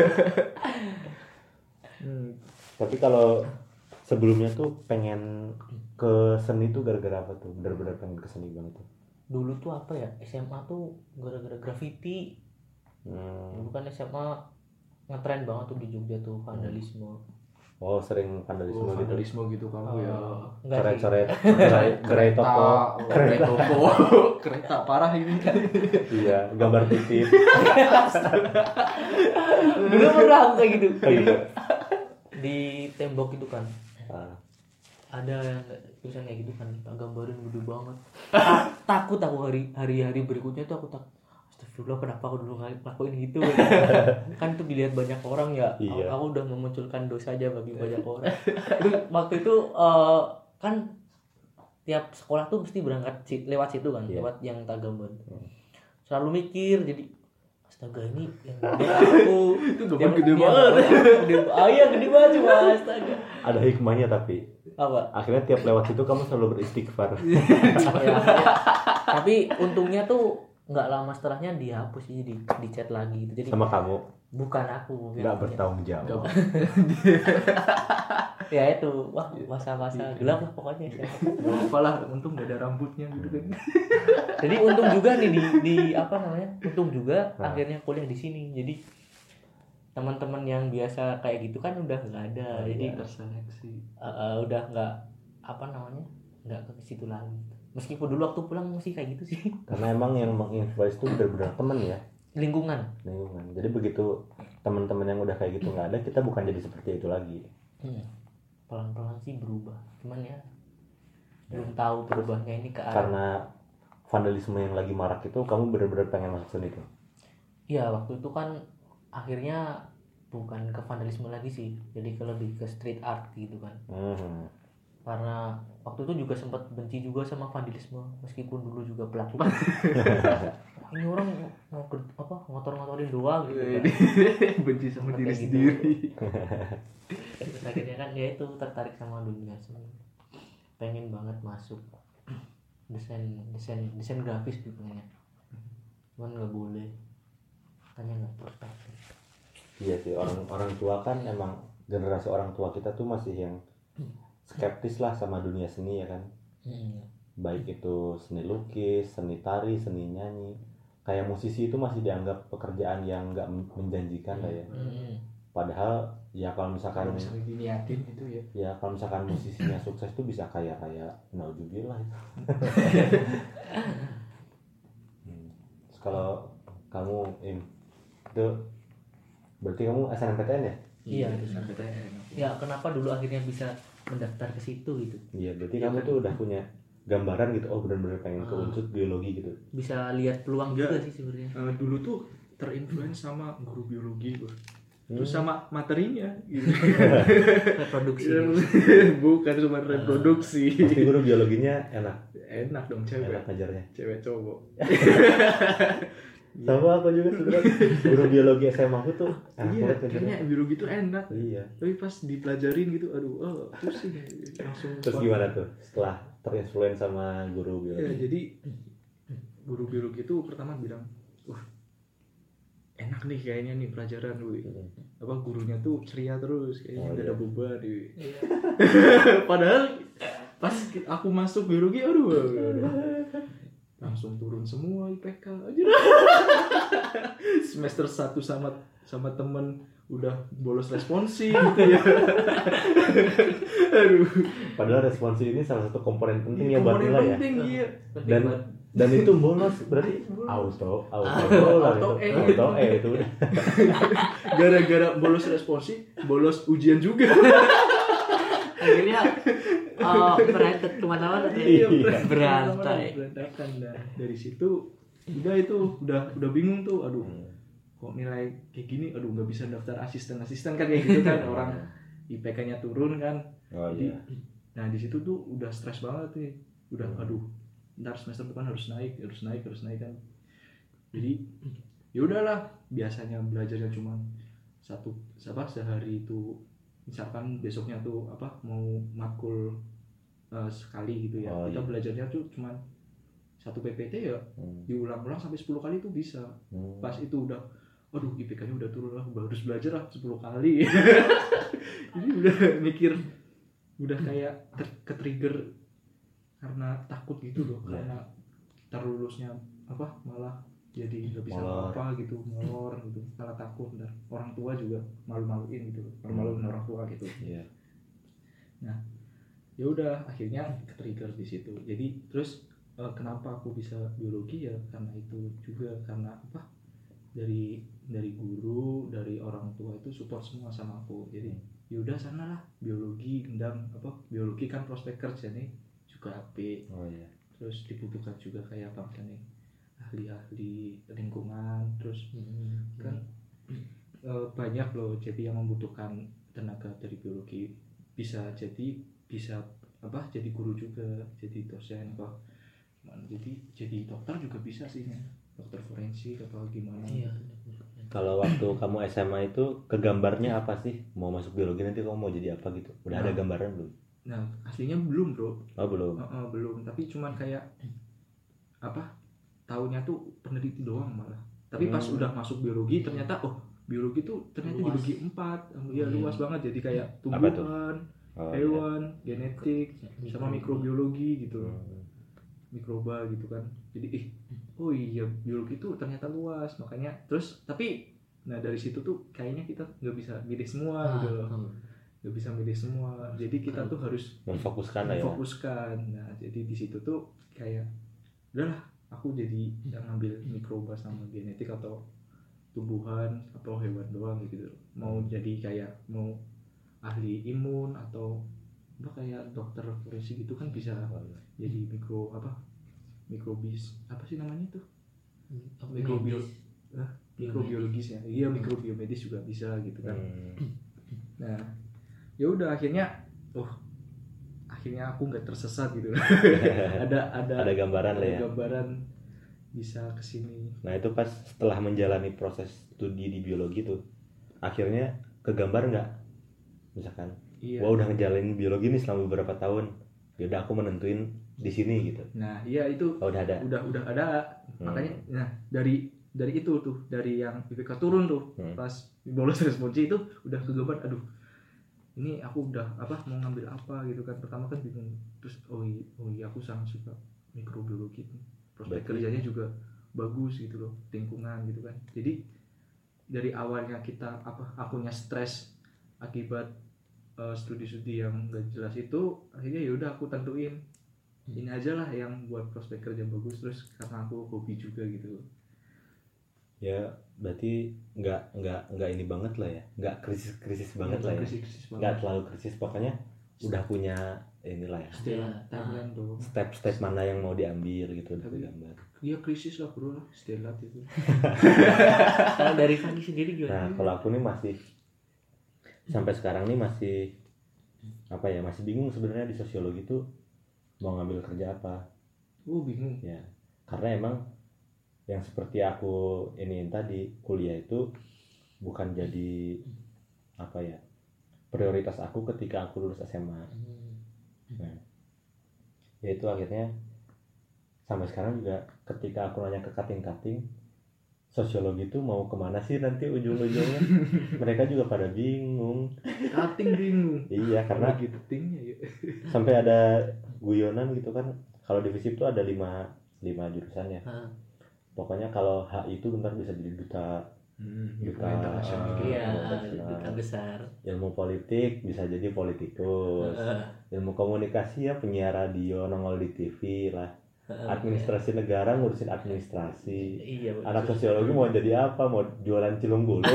[SPEAKER 2] Hmm.
[SPEAKER 4] Tapi kalau sebelumnya tuh pengen ke seni tuh gara-gara apa tuh? Bener-bener pengen ke seni banget tuh.
[SPEAKER 3] Dulu tuh apa ya? S M A tuh gara-gara graffiti.
[SPEAKER 4] Hmm.
[SPEAKER 3] Dulu kan S M A ngetren banget tuh di Jogja tuh vandalisme.
[SPEAKER 4] Oh sering vandalisme
[SPEAKER 2] Oh,
[SPEAKER 4] gitu.
[SPEAKER 2] vandalisme gitu kamu ya.
[SPEAKER 3] Enggak sih.
[SPEAKER 4] Coret-coret, gerai, gerai toko.
[SPEAKER 2] Kereta toko. Kereta parah ini.
[SPEAKER 4] Iya, gambar titip.
[SPEAKER 3] Dulu pernah aku kayak gitu.
[SPEAKER 4] Oh, gitu.
[SPEAKER 3] Di tembok itu kan
[SPEAKER 4] Ah.
[SPEAKER 3] ada yang tulisan kayak gitu kan, tak gambarin gede banget. Ta- takut aku hari hari hari berikutnya tuh aku tak astagfirullah kenapa aku dulu ngelakuin gitu. Kan itu dilihat banyak orang ya.
[SPEAKER 4] Iya.
[SPEAKER 3] Aku udah memunculkan dosa aja bagi banyak orang. Terus waktu itu eh, kan tiap sekolah tuh mesti berangkat si- lewat situ kan,
[SPEAKER 4] Iya.
[SPEAKER 3] lewat yang tak gambar. Selalu mikir jadi astaga ini yang gede aku
[SPEAKER 2] Itu gambar
[SPEAKER 3] yang-
[SPEAKER 2] gede
[SPEAKER 3] yang-
[SPEAKER 2] banget.
[SPEAKER 3] gede, ah iya gede banget cuma astaga
[SPEAKER 4] Ada hikmahnya tapi
[SPEAKER 3] apa
[SPEAKER 4] akhirnya tiap lewat situ kamu selalu beristighfar.
[SPEAKER 3] ya, akhirnya. Tapi untungnya tuh nggak lama setelahnya dihapus sih, di di chat lagi gitu. Jadi
[SPEAKER 4] Sama kamu
[SPEAKER 3] bukan aku
[SPEAKER 4] nggak
[SPEAKER 3] yang-
[SPEAKER 4] bertanggung jawab.
[SPEAKER 3] ya itu wah masa-masa gelap lah pokoknya.
[SPEAKER 2] Gak apa lah, untung gak ada rambutnya gitu kan.
[SPEAKER 3] Jadi untung juga nih di di apa namanya untung juga
[SPEAKER 4] Nah.
[SPEAKER 3] akhirnya kuliah di sini. Jadi teman-teman yang biasa kayak gitu kan udah nggak ada.
[SPEAKER 4] Oh,
[SPEAKER 3] Jadi
[SPEAKER 4] iya.
[SPEAKER 2] Terseleksi.
[SPEAKER 3] uh, uh, udah nggak apa namanya nggak ke situ lagi. Meskipun dulu waktu pulang masih kayak gitu sih.
[SPEAKER 4] Karena emang yang menginfluence itu benar-benar teman ya,
[SPEAKER 3] Lingkungan.
[SPEAKER 4] lingkungan. Jadi begitu teman-teman yang udah kayak gitu nggak ada, kita bukan jadi seperti itu lagi.
[SPEAKER 3] Hmm. Pelan-pelan sih berubah. Cuman ya belum tahu berubahnya ini ke arah.
[SPEAKER 4] Karena vandalisme yang lagi marak itu, kamu benar-benar pengen masuk seni tuh.
[SPEAKER 3] Iya waktu itu kan akhirnya bukan ke vandalisme lagi sih. Jadi ke lebih ke street art gitu kan.
[SPEAKER 4] Hmm.
[SPEAKER 3] Karena waktu itu juga sempat benci juga sama vandalisme meskipun dulu juga pelaku. Ini orang mau ke, apa ngotor-ngotorin doang gitu kan.
[SPEAKER 2] Benci sama
[SPEAKER 3] Kayak
[SPEAKER 2] diri
[SPEAKER 3] gitu.
[SPEAKER 2] sendiri.
[SPEAKER 3] Terus akhirnya kan ya itu tertarik sama dunia seni. Pengen banget masuk desain desain desain grafis gitu pengennya. Cuman nggak boleh. Tanya nggak perspektif.
[SPEAKER 4] Iya sih, orang orang tua kan emang generasi orang tua kita tuh masih yang skeptis lah sama dunia seni ya kan.
[SPEAKER 3] Hmm.
[SPEAKER 4] Baik itu seni lukis, seni tari, seni nyanyi. Kayak musisi itu masih dianggap pekerjaan yang nggak menjanjikan lah ya.
[SPEAKER 3] Hmm.
[SPEAKER 4] Padahal ya kalau misalkan
[SPEAKER 2] Kalau misalnya diniatin itu ya.
[SPEAKER 4] ya kalau misalkan musisinya sukses tuh bisa kaya kaya nauzubillah. Hmm. Terus kalau kamu Im, itu berarti kamu S N M P T N ya?
[SPEAKER 3] Iya.
[SPEAKER 2] S N M P T N.
[SPEAKER 3] Ya kenapa dulu akhirnya bisa mendaftar ke situ gitu?
[SPEAKER 4] Iya, berarti
[SPEAKER 2] Iya
[SPEAKER 4] kamu
[SPEAKER 2] kan?
[SPEAKER 4] tuh udah punya gambaran gitu. Oh, benar-benar pengen ke
[SPEAKER 3] Ah.
[SPEAKER 4] unsur biologi gitu.
[SPEAKER 3] Bisa lihat peluang
[SPEAKER 2] Enggak.
[SPEAKER 3] juga sih sebenarnya.
[SPEAKER 2] Eh, dulu tuh terinfluence sama guru biologi gue. Terus
[SPEAKER 4] Hmm.
[SPEAKER 2] sama materinya gitu.
[SPEAKER 3] Reproduksi.
[SPEAKER 2] Bukan cuma reproduksi.
[SPEAKER 4] Pasti guru biologinya enak,
[SPEAKER 2] Enak dong cewek.
[SPEAKER 4] enak ngajarnya.
[SPEAKER 2] Cewek cowok.
[SPEAKER 4] Sama aku juga sebenarnya. Guru biologi S M A aku tuh enak
[SPEAKER 2] Iya,
[SPEAKER 4] banget
[SPEAKER 2] kayaknya
[SPEAKER 4] ngajarnya.
[SPEAKER 2] biologi tuh enak.
[SPEAKER 4] Iya.
[SPEAKER 2] Tapi pas dipelajarin gitu, aduh, oh, pusing. Langsung.
[SPEAKER 4] Terus gimana tuh setelah terinfluence sama guru
[SPEAKER 2] Ya,
[SPEAKER 4] biologi?
[SPEAKER 2] jadi guru biologi itu pertama bilang, wah, enak nih kayaknya nih pelajaran, wih.
[SPEAKER 4] Hmm.
[SPEAKER 2] Apa gurunya tuh ceria terus, kayaknya
[SPEAKER 4] Oh,
[SPEAKER 2] nggak
[SPEAKER 4] iya.
[SPEAKER 2] ada beban, wih.
[SPEAKER 3] Iya.
[SPEAKER 2] Padahal pas aku masuk biologi, aduh, aduh, aduh. Langsung turun semua I P K aja. Semester satu sama sama temen udah bolos responsi gitu ya. Aduh.
[SPEAKER 4] Padahal responsi ini salah satu komponen penting ya buat
[SPEAKER 2] Komponen
[SPEAKER 4] nilai ya.
[SPEAKER 2] penting, iya.
[SPEAKER 3] Penting
[SPEAKER 4] Dan
[SPEAKER 3] banget.
[SPEAKER 4] dan itu bolos berarti auto auto bolos
[SPEAKER 2] Auto
[SPEAKER 4] itu.
[SPEAKER 2] E.
[SPEAKER 4] Auto E itu udah.
[SPEAKER 2] Gara-gara bolos responsi, bolos ujian juga.
[SPEAKER 3] Akhirnya Oh, berantak kemana-mana tuh.
[SPEAKER 2] Iya,
[SPEAKER 4] Iya.
[SPEAKER 3] Berantai.
[SPEAKER 2] berantakan. Nah, dari situ udah itu udah udah bingung tuh, aduh kok nilai kayak gini, aduh nggak bisa daftar asisten asisten kan kayak gitu kan, orang I P K-nya turun kan.
[SPEAKER 4] Oh
[SPEAKER 2] Jadi,
[SPEAKER 4] iya.
[SPEAKER 2] nah di situ tuh udah stres banget nih, udah aduh ntar semester depan harus naik harus naik harus naik kan. Jadi ya udahlah, biasanya belajarnya cuma satu apa sehari itu, misalkan besoknya tuh apa mau matkul uh, sekali gitu ya,
[SPEAKER 4] Oh,
[SPEAKER 2] kita
[SPEAKER 4] iya.
[SPEAKER 2] belajarnya tuh cuma satu P P T ya,
[SPEAKER 4] Hmm.
[SPEAKER 2] diulang-ulang sampai sepuluh kali tuh bisa.
[SPEAKER 4] Hmm.
[SPEAKER 2] Pas itu udah aduh I P K-nya udah turun lah, harus belajar lah sepuluh kali. Jadi udah mikir, udah kayak ter- ke-trigger karena takut gitu loh,
[SPEAKER 4] Ya.
[SPEAKER 2] karena terlulusnya apa malah jadi nggak bisa
[SPEAKER 4] Molor.
[SPEAKER 2] apa gitu, molor gitu, malah takut, dan orang tua juga malu-maluin gitu, malu-maluin orang tua gitu.
[SPEAKER 4] Iya.
[SPEAKER 2] Ya udah akhirnya ke-trigger di situ. Jadi terus eh, kenapa aku bisa biologi ya karena itu juga, karena apa, dari dari guru, dari orang tua itu support semua sama aku. Jadi yaudah sana lah biologi, gendam apa, biologi kan prospek kerja nih juga P,
[SPEAKER 4] Oh iya.
[SPEAKER 2] terus dibutuhkan juga kayak apa nih ahli-ahli lingkungan, terus kan eh, banyak loh jadi yang membutuhkan tenaga dari biologi, bisa jadi bisa apa jadi guru juga, jadi dosen apa gimana, jadi jadi dokter juga bisa sih ya, dokter forensik apa gimana.
[SPEAKER 3] Iya.
[SPEAKER 4] Kalau waktu kamu S M A itu kegambarnya apa sih? Mau masuk biologi nanti kamu mau jadi apa gitu? Udah ada
[SPEAKER 2] Nah.
[SPEAKER 4] gambaran belum?
[SPEAKER 2] Nah aslinya belum bro.
[SPEAKER 4] Oh belum.
[SPEAKER 2] Uh, uh, belum, tapi cuman kayak apa tahunya tuh peneliti doang malah. Tapi pas
[SPEAKER 4] Hmm.
[SPEAKER 2] udah masuk biologi ternyata oh biologi tuh ternyata
[SPEAKER 3] Luas.
[SPEAKER 2] dibagi empat, ya
[SPEAKER 3] Hmm.
[SPEAKER 2] luas banget, jadi kayak
[SPEAKER 4] Apa tuh?
[SPEAKER 2] tumbuhan,
[SPEAKER 4] Oh,
[SPEAKER 2] hewan, genetik, sama mikrobiologi gitu,
[SPEAKER 4] iya. Hmm.
[SPEAKER 2] mikroba gitu kan. Jadi ih oh iya biologi tuh ternyata luas, makanya terus tapi nah dari situ tuh kayaknya kita nggak bisa milih semua
[SPEAKER 3] Ah,
[SPEAKER 2] gitu loh,
[SPEAKER 3] hmm.
[SPEAKER 2] nggak bisa milih semua, jadi kita tuh harus
[SPEAKER 4] Memfokuskan lah ya.
[SPEAKER 2] fokuskan. Nah jadi di situ tuh kayak udahlah aku jadi yang ngambil mikroba sama genetik atau tumbuhan atau hewan doang gitu, mau jadi kayak mau ahli imun atau apa kayak dokter forensik gitu kan bisa jadi mikro apa mikrobis apa sih namanya tuh
[SPEAKER 3] Apa
[SPEAKER 2] Mikrobio-
[SPEAKER 3] medis?
[SPEAKER 2] Hah? mikrobiologis ya, iya mikrobiomedis juga bisa gitu kan.
[SPEAKER 4] Hmm.
[SPEAKER 2] Nah ya udah akhirnya oh akhirnya aku nggak tersesat gitu. ada ada
[SPEAKER 4] Ada gambaran lah
[SPEAKER 2] ada
[SPEAKER 4] ya.
[SPEAKER 2] gambaran bisa kesini.
[SPEAKER 4] Nah itu pas setelah menjalani proses studi di biologi tuh, akhirnya kegambar nggak? Misalkan,
[SPEAKER 2] Iya.
[SPEAKER 4] wah udah ngejalanin biologi nih selama beberapa tahun, yaudah aku menentuin di sini gitu.
[SPEAKER 2] Nah iya itu
[SPEAKER 4] Oh udah ada.
[SPEAKER 2] udah udah ada.
[SPEAKER 4] Hmm.
[SPEAKER 2] Makanya nah dari dari itu tuh, dari yang I P K turun tuh,
[SPEAKER 4] Hmm.
[SPEAKER 2] pas bolos responsi itu udah kegambar, aduh ini aku udah apa mau ngambil apa gitu kan. Pertama kan bingung, terus oh iya, oh iya aku sangat suka mikrobiologi, prospek
[SPEAKER 4] Berarti-
[SPEAKER 2] kerjanya juga bagus gitu loh, lingkungan gitu kan. Jadi dari awalnya kita apa akunya stres akibat uh, studi-studi yang gak jelas itu, akhirnya ya udah aku tentuin ini aja lah yang buat prospek kerja bagus, terus karena aku hobi juga gitu.
[SPEAKER 4] Ya berarti nggak nggak nggak ini banget lah ya, nggak krisis krisis banget lah ya,
[SPEAKER 2] Krisis-krisis banget.
[SPEAKER 4] nggak terlalu krisis, pokoknya udah punya inilah ya,
[SPEAKER 2] Stella,
[SPEAKER 3] Iya.
[SPEAKER 2] timeline dong.
[SPEAKER 4] step-step mana yang mau diambil gitu udah
[SPEAKER 2] Tapi-
[SPEAKER 4] gambar.
[SPEAKER 2] Iya krisis lah bro lah, Stella itu.
[SPEAKER 3] Kalau dari Fanny sendiri
[SPEAKER 4] Nah
[SPEAKER 3] gimana?
[SPEAKER 4] kalau aku nih masih sampai sekarang nih masih apa ya, masih bingung sebenarnya di sosiologi tuh mau ngambil kerja apa
[SPEAKER 2] Oh bingung.
[SPEAKER 4] ya, karena emang yang seperti aku ini tadi, kuliah itu bukan jadi apa ya prioritas aku ketika aku lulus S M A. Nah, ya itu akhirnya sampai sekarang juga ketika aku nanya ke kating-kating sosiologi itu mau kemana sih nanti ujung-ujungnya, mereka juga pada bingung.
[SPEAKER 2] Cutting bingung.
[SPEAKER 4] Iya, karena
[SPEAKER 2] lagi cuttingnya ya.
[SPEAKER 4] sampai ada guyonan gitu kan, kalau di FISIP tuh ada lima lima jurusannya.
[SPEAKER 3] Ah,
[SPEAKER 4] Pokoknya kalau H I itu bentar bisa jadi duta
[SPEAKER 2] Hmm,
[SPEAKER 4] Duta,
[SPEAKER 2] internasional gitu.
[SPEAKER 3] Iya,
[SPEAKER 4] Internasional.
[SPEAKER 3] duta besar.
[SPEAKER 4] ilmu politik, bisa jadi politikus.
[SPEAKER 3] Eh,
[SPEAKER 4] Ilmu komunikasi ya penyiar radio, nongol di T V lah. administrasi negara ngurusin administrasi.
[SPEAKER 3] Iya, betul.
[SPEAKER 4] Anak sosiologi mau jadi apa? Mau jualan cilung gulung.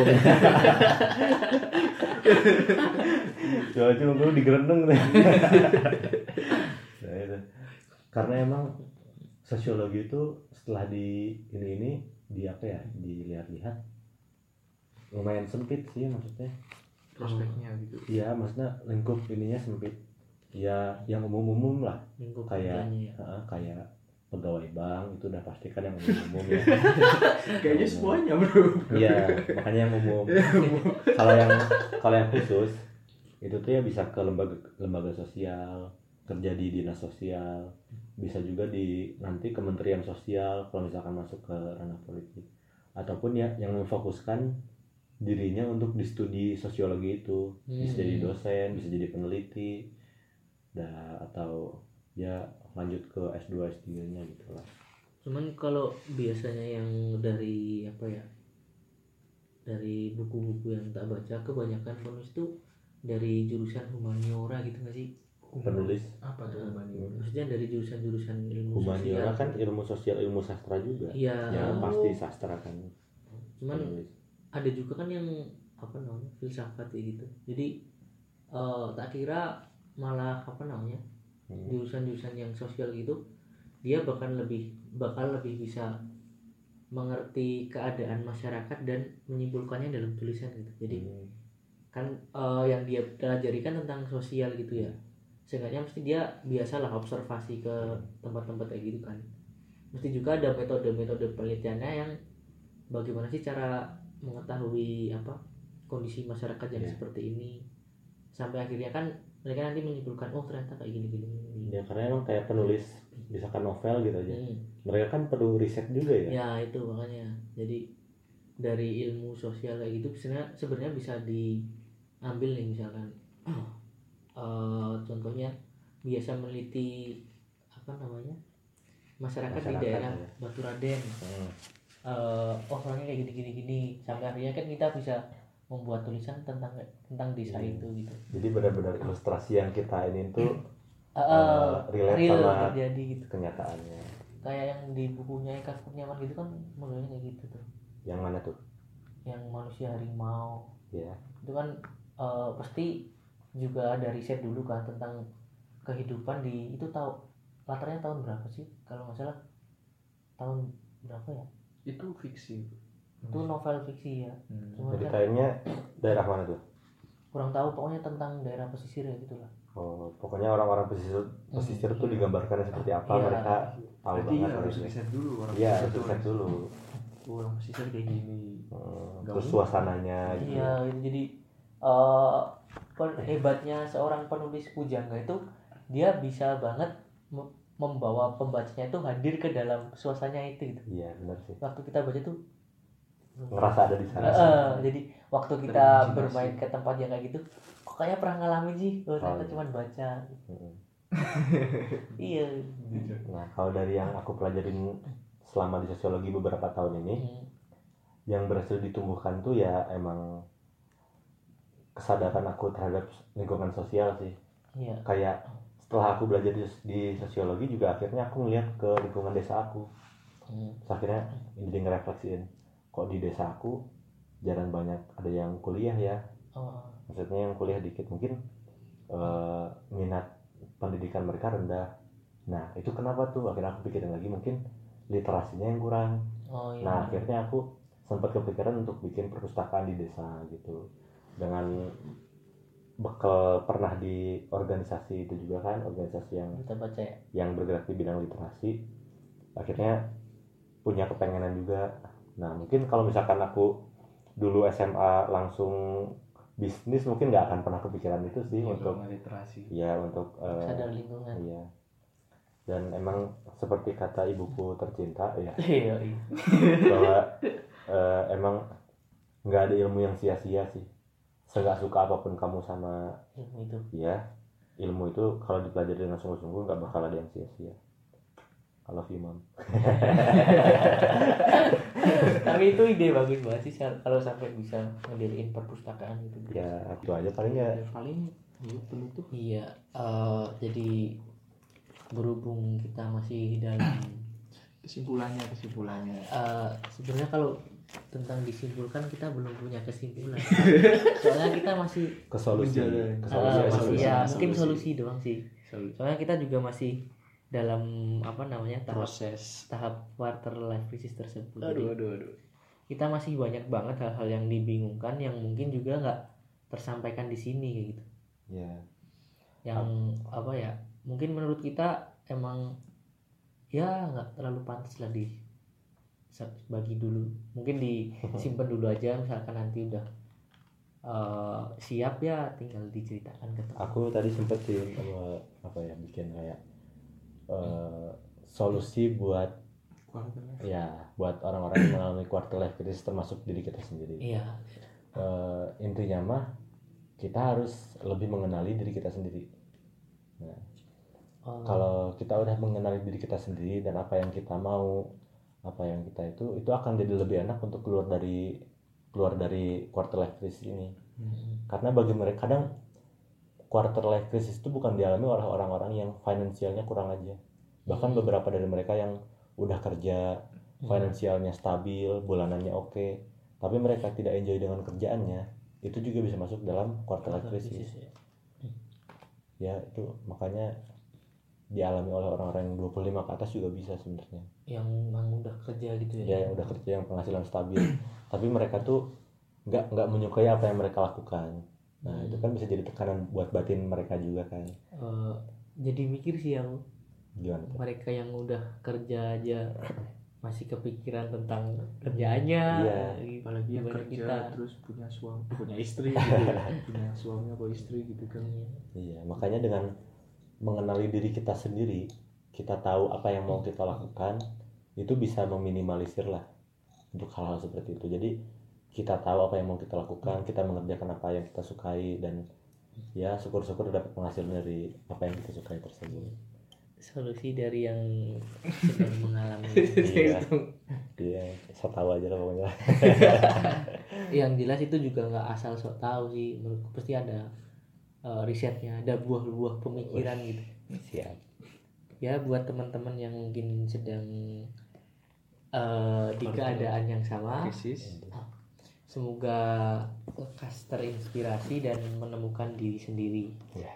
[SPEAKER 4] Jualan cilung gulung digerendeng. Nah, itu. Karena emang sosiologi itu setelah di ini ini di apa ya? Dilihat-lihat lumayan sempit sih maksudnya.
[SPEAKER 2] Prospeknya gitu.
[SPEAKER 4] Iya, maksudnya lingkup ininya sempit. Ya yang umum-umum lah.
[SPEAKER 3] Lingkup
[SPEAKER 4] Kayak
[SPEAKER 3] kerjanya ya.
[SPEAKER 4] uh, kayak pegawai bank itu udah pasti kan yang umum-umum ya.
[SPEAKER 2] Kayaknya
[SPEAKER 4] Umum.
[SPEAKER 2] semuanya bro.
[SPEAKER 4] Iya, makanya yang umum. Kalau yang kalau yang khusus itu tuh ya bisa ke lembaga lembaga sosial, kerja di dinas sosial, bisa juga di nanti kementerian sosial kalau misalkan masuk ke ranah politik, ataupun ya yang memfokuskan dirinya untuk di studi sosiologi itu, bisa
[SPEAKER 3] Hmm.
[SPEAKER 4] jadi dosen, bisa jadi peneliti, dah atau ya lanjut ke S dua S tiga nya gitu lah.
[SPEAKER 3] Cuman kalau biasanya yang dari apa ya, dari buku-buku yang tak baca, kebanyakan penulis tuh dari jurusan humaniora gitu nggak sih?
[SPEAKER 4] Penulis
[SPEAKER 2] Apa tuh humaniora?
[SPEAKER 3] Maksudnya dari jurusan-jurusan ilmu
[SPEAKER 4] humaniora
[SPEAKER 3] sosial
[SPEAKER 4] kan
[SPEAKER 3] gitu.
[SPEAKER 4] ilmu sosial, ilmu sastra juga.
[SPEAKER 3] Iya.
[SPEAKER 4] Ya pasti sastra kan.
[SPEAKER 3] Cuman
[SPEAKER 4] Penulis.
[SPEAKER 3] ada juga kan yang apa namanya, filsafat ya gitu. Jadi eh, tak kira malah apa namanya,
[SPEAKER 4] Hmm.
[SPEAKER 3] jurusan-jurusan yang sosial gitu dia bahkan lebih bakal lebih bisa mengerti keadaan masyarakat dan menyimpulkannya dalam tulisan gitu. Jadi
[SPEAKER 4] Hmm.
[SPEAKER 3] kan eh, yang dia pelajari kan tentang sosial gitu ya, seenggaknya mesti dia biasalah observasi ke tempat-tempat kayak gitu kan. Mesti juga ada metode-metode penelitiannya yang bagaimana sih cara mengetahui apa kondisi masyarakat yang
[SPEAKER 4] Iya.
[SPEAKER 3] seperti ini, sampai akhirnya kan mereka nanti menyimpulkan oh ternyata kayak gini gini gini.
[SPEAKER 4] Ya karena emang kayak penulis misalkan novel gitu aja.
[SPEAKER 3] Hmm.
[SPEAKER 4] Mereka kan perlu riset juga ya.
[SPEAKER 3] Ya itu makanya, jadi dari ilmu sosial kayak gitu sebenarnya sebenarnya bisa diambil nih misalkan eh, contohnya biasa meneliti apa namanya masyarakat, di
[SPEAKER 4] Masyarakat,
[SPEAKER 3] daerah
[SPEAKER 4] ya.
[SPEAKER 3] Baturaden.
[SPEAKER 4] Hmm.
[SPEAKER 3] Eh, oh orangnya kayak gini gini gini, sampai akhirnya kan kita bisa membuat tulisan tentang tentang desa
[SPEAKER 4] Hmm.
[SPEAKER 3] itu gitu.
[SPEAKER 4] Jadi benar-benar ilustrasi yang kita ini tuh
[SPEAKER 3] Eh, eh,
[SPEAKER 4] relate
[SPEAKER 3] real
[SPEAKER 4] sama
[SPEAKER 3] terjadi gitu,
[SPEAKER 4] kenyataannya.
[SPEAKER 3] kayak yang di bukunya Eka Kurniawan gitu kan modelnya kayak gitu tuh,
[SPEAKER 4] Yang mana tuh?
[SPEAKER 3] yang manusia harimau
[SPEAKER 4] Ya.
[SPEAKER 3] itu kan eh, pasti juga ada riset dulu kan tentang kehidupan di itu. Tahu latarnya tahun berapa sih kalau nggak salah, tahun berapa ya,
[SPEAKER 2] Itu fiksi.
[SPEAKER 3] itu novel fiksi ya.
[SPEAKER 2] Hmm.
[SPEAKER 3] Cuman kan
[SPEAKER 4] Ceritanya daerah mana tuh?
[SPEAKER 3] kurang tahu, pokoknya tentang daerah pesisir ya gitulah.
[SPEAKER 4] Oh, pokoknya orang-orang pesisir pesisir tuh digambarkan seperti apa,
[SPEAKER 3] Iya.
[SPEAKER 4] mereka tahu
[SPEAKER 2] Berarti
[SPEAKER 4] banget
[SPEAKER 2] ya harus
[SPEAKER 4] harusnya.
[SPEAKER 2] riset dulu orang
[SPEAKER 4] Iya,
[SPEAKER 2] pesisir
[SPEAKER 4] harus
[SPEAKER 2] tuh.
[SPEAKER 4] riset dulu.
[SPEAKER 2] Oh, orang pesisir kayak gini.
[SPEAKER 4] Hmm,
[SPEAKER 2] Nggak
[SPEAKER 4] terus
[SPEAKER 2] mungkin.
[SPEAKER 4] suasananya gitu.
[SPEAKER 3] Iya gitu. Jadi eh, pen- hebatnya seorang penulis pujangga itu dia bisa banget mem- membawa pembacanya itu hadir ke dalam suasana itu gitu.
[SPEAKER 4] Iya, benar sih.
[SPEAKER 3] Waktu kita baca tuh
[SPEAKER 4] Ngerasa ada di sana.
[SPEAKER 3] Eh, eh, jadi waktu kita
[SPEAKER 2] Berimajinasi.
[SPEAKER 3] bermain ke tempat yang kayak gitu, kok kayak pernah ngalamin sih, oh ternyata
[SPEAKER 4] Oh, iya.
[SPEAKER 3] cuma baca.
[SPEAKER 4] Hmm.
[SPEAKER 3] Iya.
[SPEAKER 4] Nah, kalau dari yang aku pelajarin selama di sosiologi beberapa tahun ini,
[SPEAKER 3] Hmm.
[SPEAKER 4] yang berhasil ditumbuhkan tuh ya emang kesadaran aku terhadap lingkungan sosial sih.
[SPEAKER 3] Iya.
[SPEAKER 4] Kayak setelah aku belajar di, di sosiologi juga akhirnya aku ngeliat ke lingkungan desa aku.
[SPEAKER 3] Hmm.
[SPEAKER 4] Terus akhirnya jadi ngerefleksiin, kok di desa aku jarang banyak ada yang kuliah ya.
[SPEAKER 3] Oh.
[SPEAKER 4] Maksudnya yang kuliah dikit, mungkin eh, minat pendidikan mereka rendah. Nah itu kenapa tuh? Akhirnya aku pikirin lagi, mungkin literasinya yang kurang.
[SPEAKER 3] Oh iya.
[SPEAKER 4] Nah akhirnya aku sempat kepikiran untuk bikin perpustakaan di desa gitu, dengan bekal pernah di organisasi itu juga kan, organisasi yang
[SPEAKER 3] Kita baca ya.
[SPEAKER 4] yang bergerak di bidang literasi. Akhirnya punya kepengenan juga. Nah mungkin kalau misalkan aku dulu S M A langsung bisnis, mungkin nggak akan pernah kepikiran itu sih
[SPEAKER 2] Iya,
[SPEAKER 4] untuk
[SPEAKER 2] kalau nggak literasi.
[SPEAKER 4] ya untuk eh,
[SPEAKER 3] Sadar lingkungan.
[SPEAKER 4] iya. Dan emang seperti kata ibuku tercinta ya,
[SPEAKER 3] Iya. Iya.
[SPEAKER 4] bahwa eh, emang nggak ada ilmu yang sia-sia sih. Seenggak suka apapun kamu sama
[SPEAKER 3] Ilmu itu.
[SPEAKER 4] ya, ilmu itu kalau dipelajari dengan sungguh-sungguh nggak bakal ada yang sia-sia. I love you mom.
[SPEAKER 3] Tapi itu ide bagus banget sih kalau sampai bisa ngediriin perpustakaan gitu.
[SPEAKER 4] Ya itu aja paling ya.
[SPEAKER 2] Ya, paling ya, penutup.
[SPEAKER 3] Iya, eh, jadi berhubung kita masih dalam
[SPEAKER 2] kesimpulannya kesimpulannya
[SPEAKER 3] eh, sebenarnya kalau tentang disimpulkan kita belum punya kesimpulan. Soalnya kita masih
[SPEAKER 4] ke solusi,
[SPEAKER 2] Menjalani.
[SPEAKER 4] ke
[SPEAKER 3] eh,
[SPEAKER 4] solusi,
[SPEAKER 3] masih
[SPEAKER 2] solusi,
[SPEAKER 3] ya
[SPEAKER 2] solusi.
[SPEAKER 3] mungkin solusi doang sih.
[SPEAKER 2] Solusi.
[SPEAKER 3] Soalnya kita juga masih dalam apa namanya tahap
[SPEAKER 2] proses.
[SPEAKER 3] tahap quarter life crisis tersebut. Jadi,
[SPEAKER 2] Aduh aduh aduh.
[SPEAKER 3] kita masih banyak banget hal-hal yang dibingungkan yang mungkin juga nggak tersampaikan di sini kayak gitu.
[SPEAKER 4] ya
[SPEAKER 3] Yang apa ya? Mungkin menurut kita emang ya nggak terlalu pantas lah di bagi dulu. Mungkin disimpan dulu aja, misalkan nanti udah eh, siap ya tinggal diceritakan ke teman.
[SPEAKER 4] aku tadi sempet sih apa, apa ya bikin kayak eh, solusi buat
[SPEAKER 2] Quarter life.
[SPEAKER 4] ya buat orang-orang yang mengalami quarter life crisis termasuk diri kita sendiri.
[SPEAKER 3] Iya.
[SPEAKER 4] Eh, intinya mah kita harus lebih mengenali diri kita sendiri. Nah,
[SPEAKER 3] Oh,
[SPEAKER 4] kalau kita udah mengenali diri kita sendiri dan apa yang kita mau, apa yang kita itu, itu akan jadi lebih enak untuk keluar dari keluar dari quarter life crisis ini.
[SPEAKER 3] hmm.
[SPEAKER 4] Karena bagi mereka kadang quarter life crisis itu bukan dialami oleh orang-orang yang finansialnya kurang aja. Bahkan beberapa dari mereka yang udah kerja, finansialnya stabil, bulanannya oke, tapi mereka tidak enjoy dengan kerjaannya, itu juga bisa masuk dalam quarter life crisis.
[SPEAKER 3] ya.
[SPEAKER 4] Ya itu makanya dialami oleh orang-orang yang dua puluh lima ke atas juga bisa sebenarnya.
[SPEAKER 3] Yang memang udah kerja gitu ya.
[SPEAKER 4] Ya yang udah kerja, yang penghasilan stabil, tapi mereka tuh nggak nggak menyukai apa yang mereka lakukan. Nah itu kan bisa jadi tekanan buat batin mereka juga kan.
[SPEAKER 3] Eh, jadi mikir sih yang
[SPEAKER 4] Gimana tuh?
[SPEAKER 3] mereka yang udah kerja aja masih kepikiran tentang kerjaannya.
[SPEAKER 4] Iya.
[SPEAKER 3] gitu.
[SPEAKER 2] Apalagi yang
[SPEAKER 3] Dibanding
[SPEAKER 2] kerja
[SPEAKER 3] kita.
[SPEAKER 2] terus punya suami punya istri gitu ya. Punya suami atau istri gitu kan.
[SPEAKER 4] Iya, makanya dengan mengenali diri kita sendiri, kita tahu apa yang mau kita lakukan, itu bisa meminimalisir lah untuk hal-hal seperti itu. Jadi kita tahu apa yang mau kita lakukan, kita mengerjakan apa yang kita sukai, dan ya syukur-syukur dapat penghasilan dari apa yang kita sukai tersebut.
[SPEAKER 3] Solusi dari yang sedang mengalami.
[SPEAKER 4] Iya, dia sok tahu aja lah pokoknya.
[SPEAKER 3] Yang jelas itu juga nggak asal sok tahu sih, menurutku pasti ada eh, risetnya, ada buah-buah pemikiran gitu.
[SPEAKER 4] Siap.
[SPEAKER 3] Ya buat teman-teman yang mungkin sedang eh, di keadaan yang sama,
[SPEAKER 2] Krisis.
[SPEAKER 3] semoga lekas terinspirasi dan menemukan diri sendiri.
[SPEAKER 4] Ya.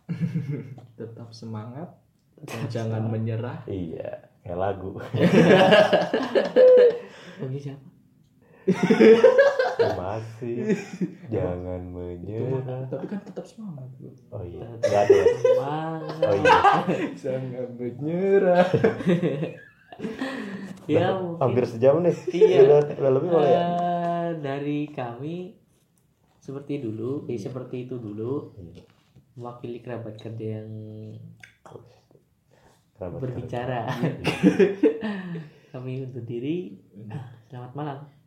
[SPEAKER 2] Tetap semangat dan jangan menyerah.
[SPEAKER 4] Iya, kayak lagu.
[SPEAKER 3] Bagi siapa?
[SPEAKER 4] Masih jangan menyerah.
[SPEAKER 2] Tapi kan tetap semangat bro.
[SPEAKER 4] Oh iya, nggak ada ya?
[SPEAKER 3] Semangat.
[SPEAKER 4] Oh iya.
[SPEAKER 2] Jangan menyerah.
[SPEAKER 3] Ya
[SPEAKER 4] Udah
[SPEAKER 3] mungkin
[SPEAKER 4] hampir sejam nih.
[SPEAKER 3] Iya.
[SPEAKER 4] Udah, udah lebih boleh ya?
[SPEAKER 3] eh, dari kami seperti dulu, eh, seperti itu dulu,
[SPEAKER 4] Iya.
[SPEAKER 3] mewakili kerabat kerja yang
[SPEAKER 4] Kerabat
[SPEAKER 3] berbicara. Kami undur diri. Selamat malam.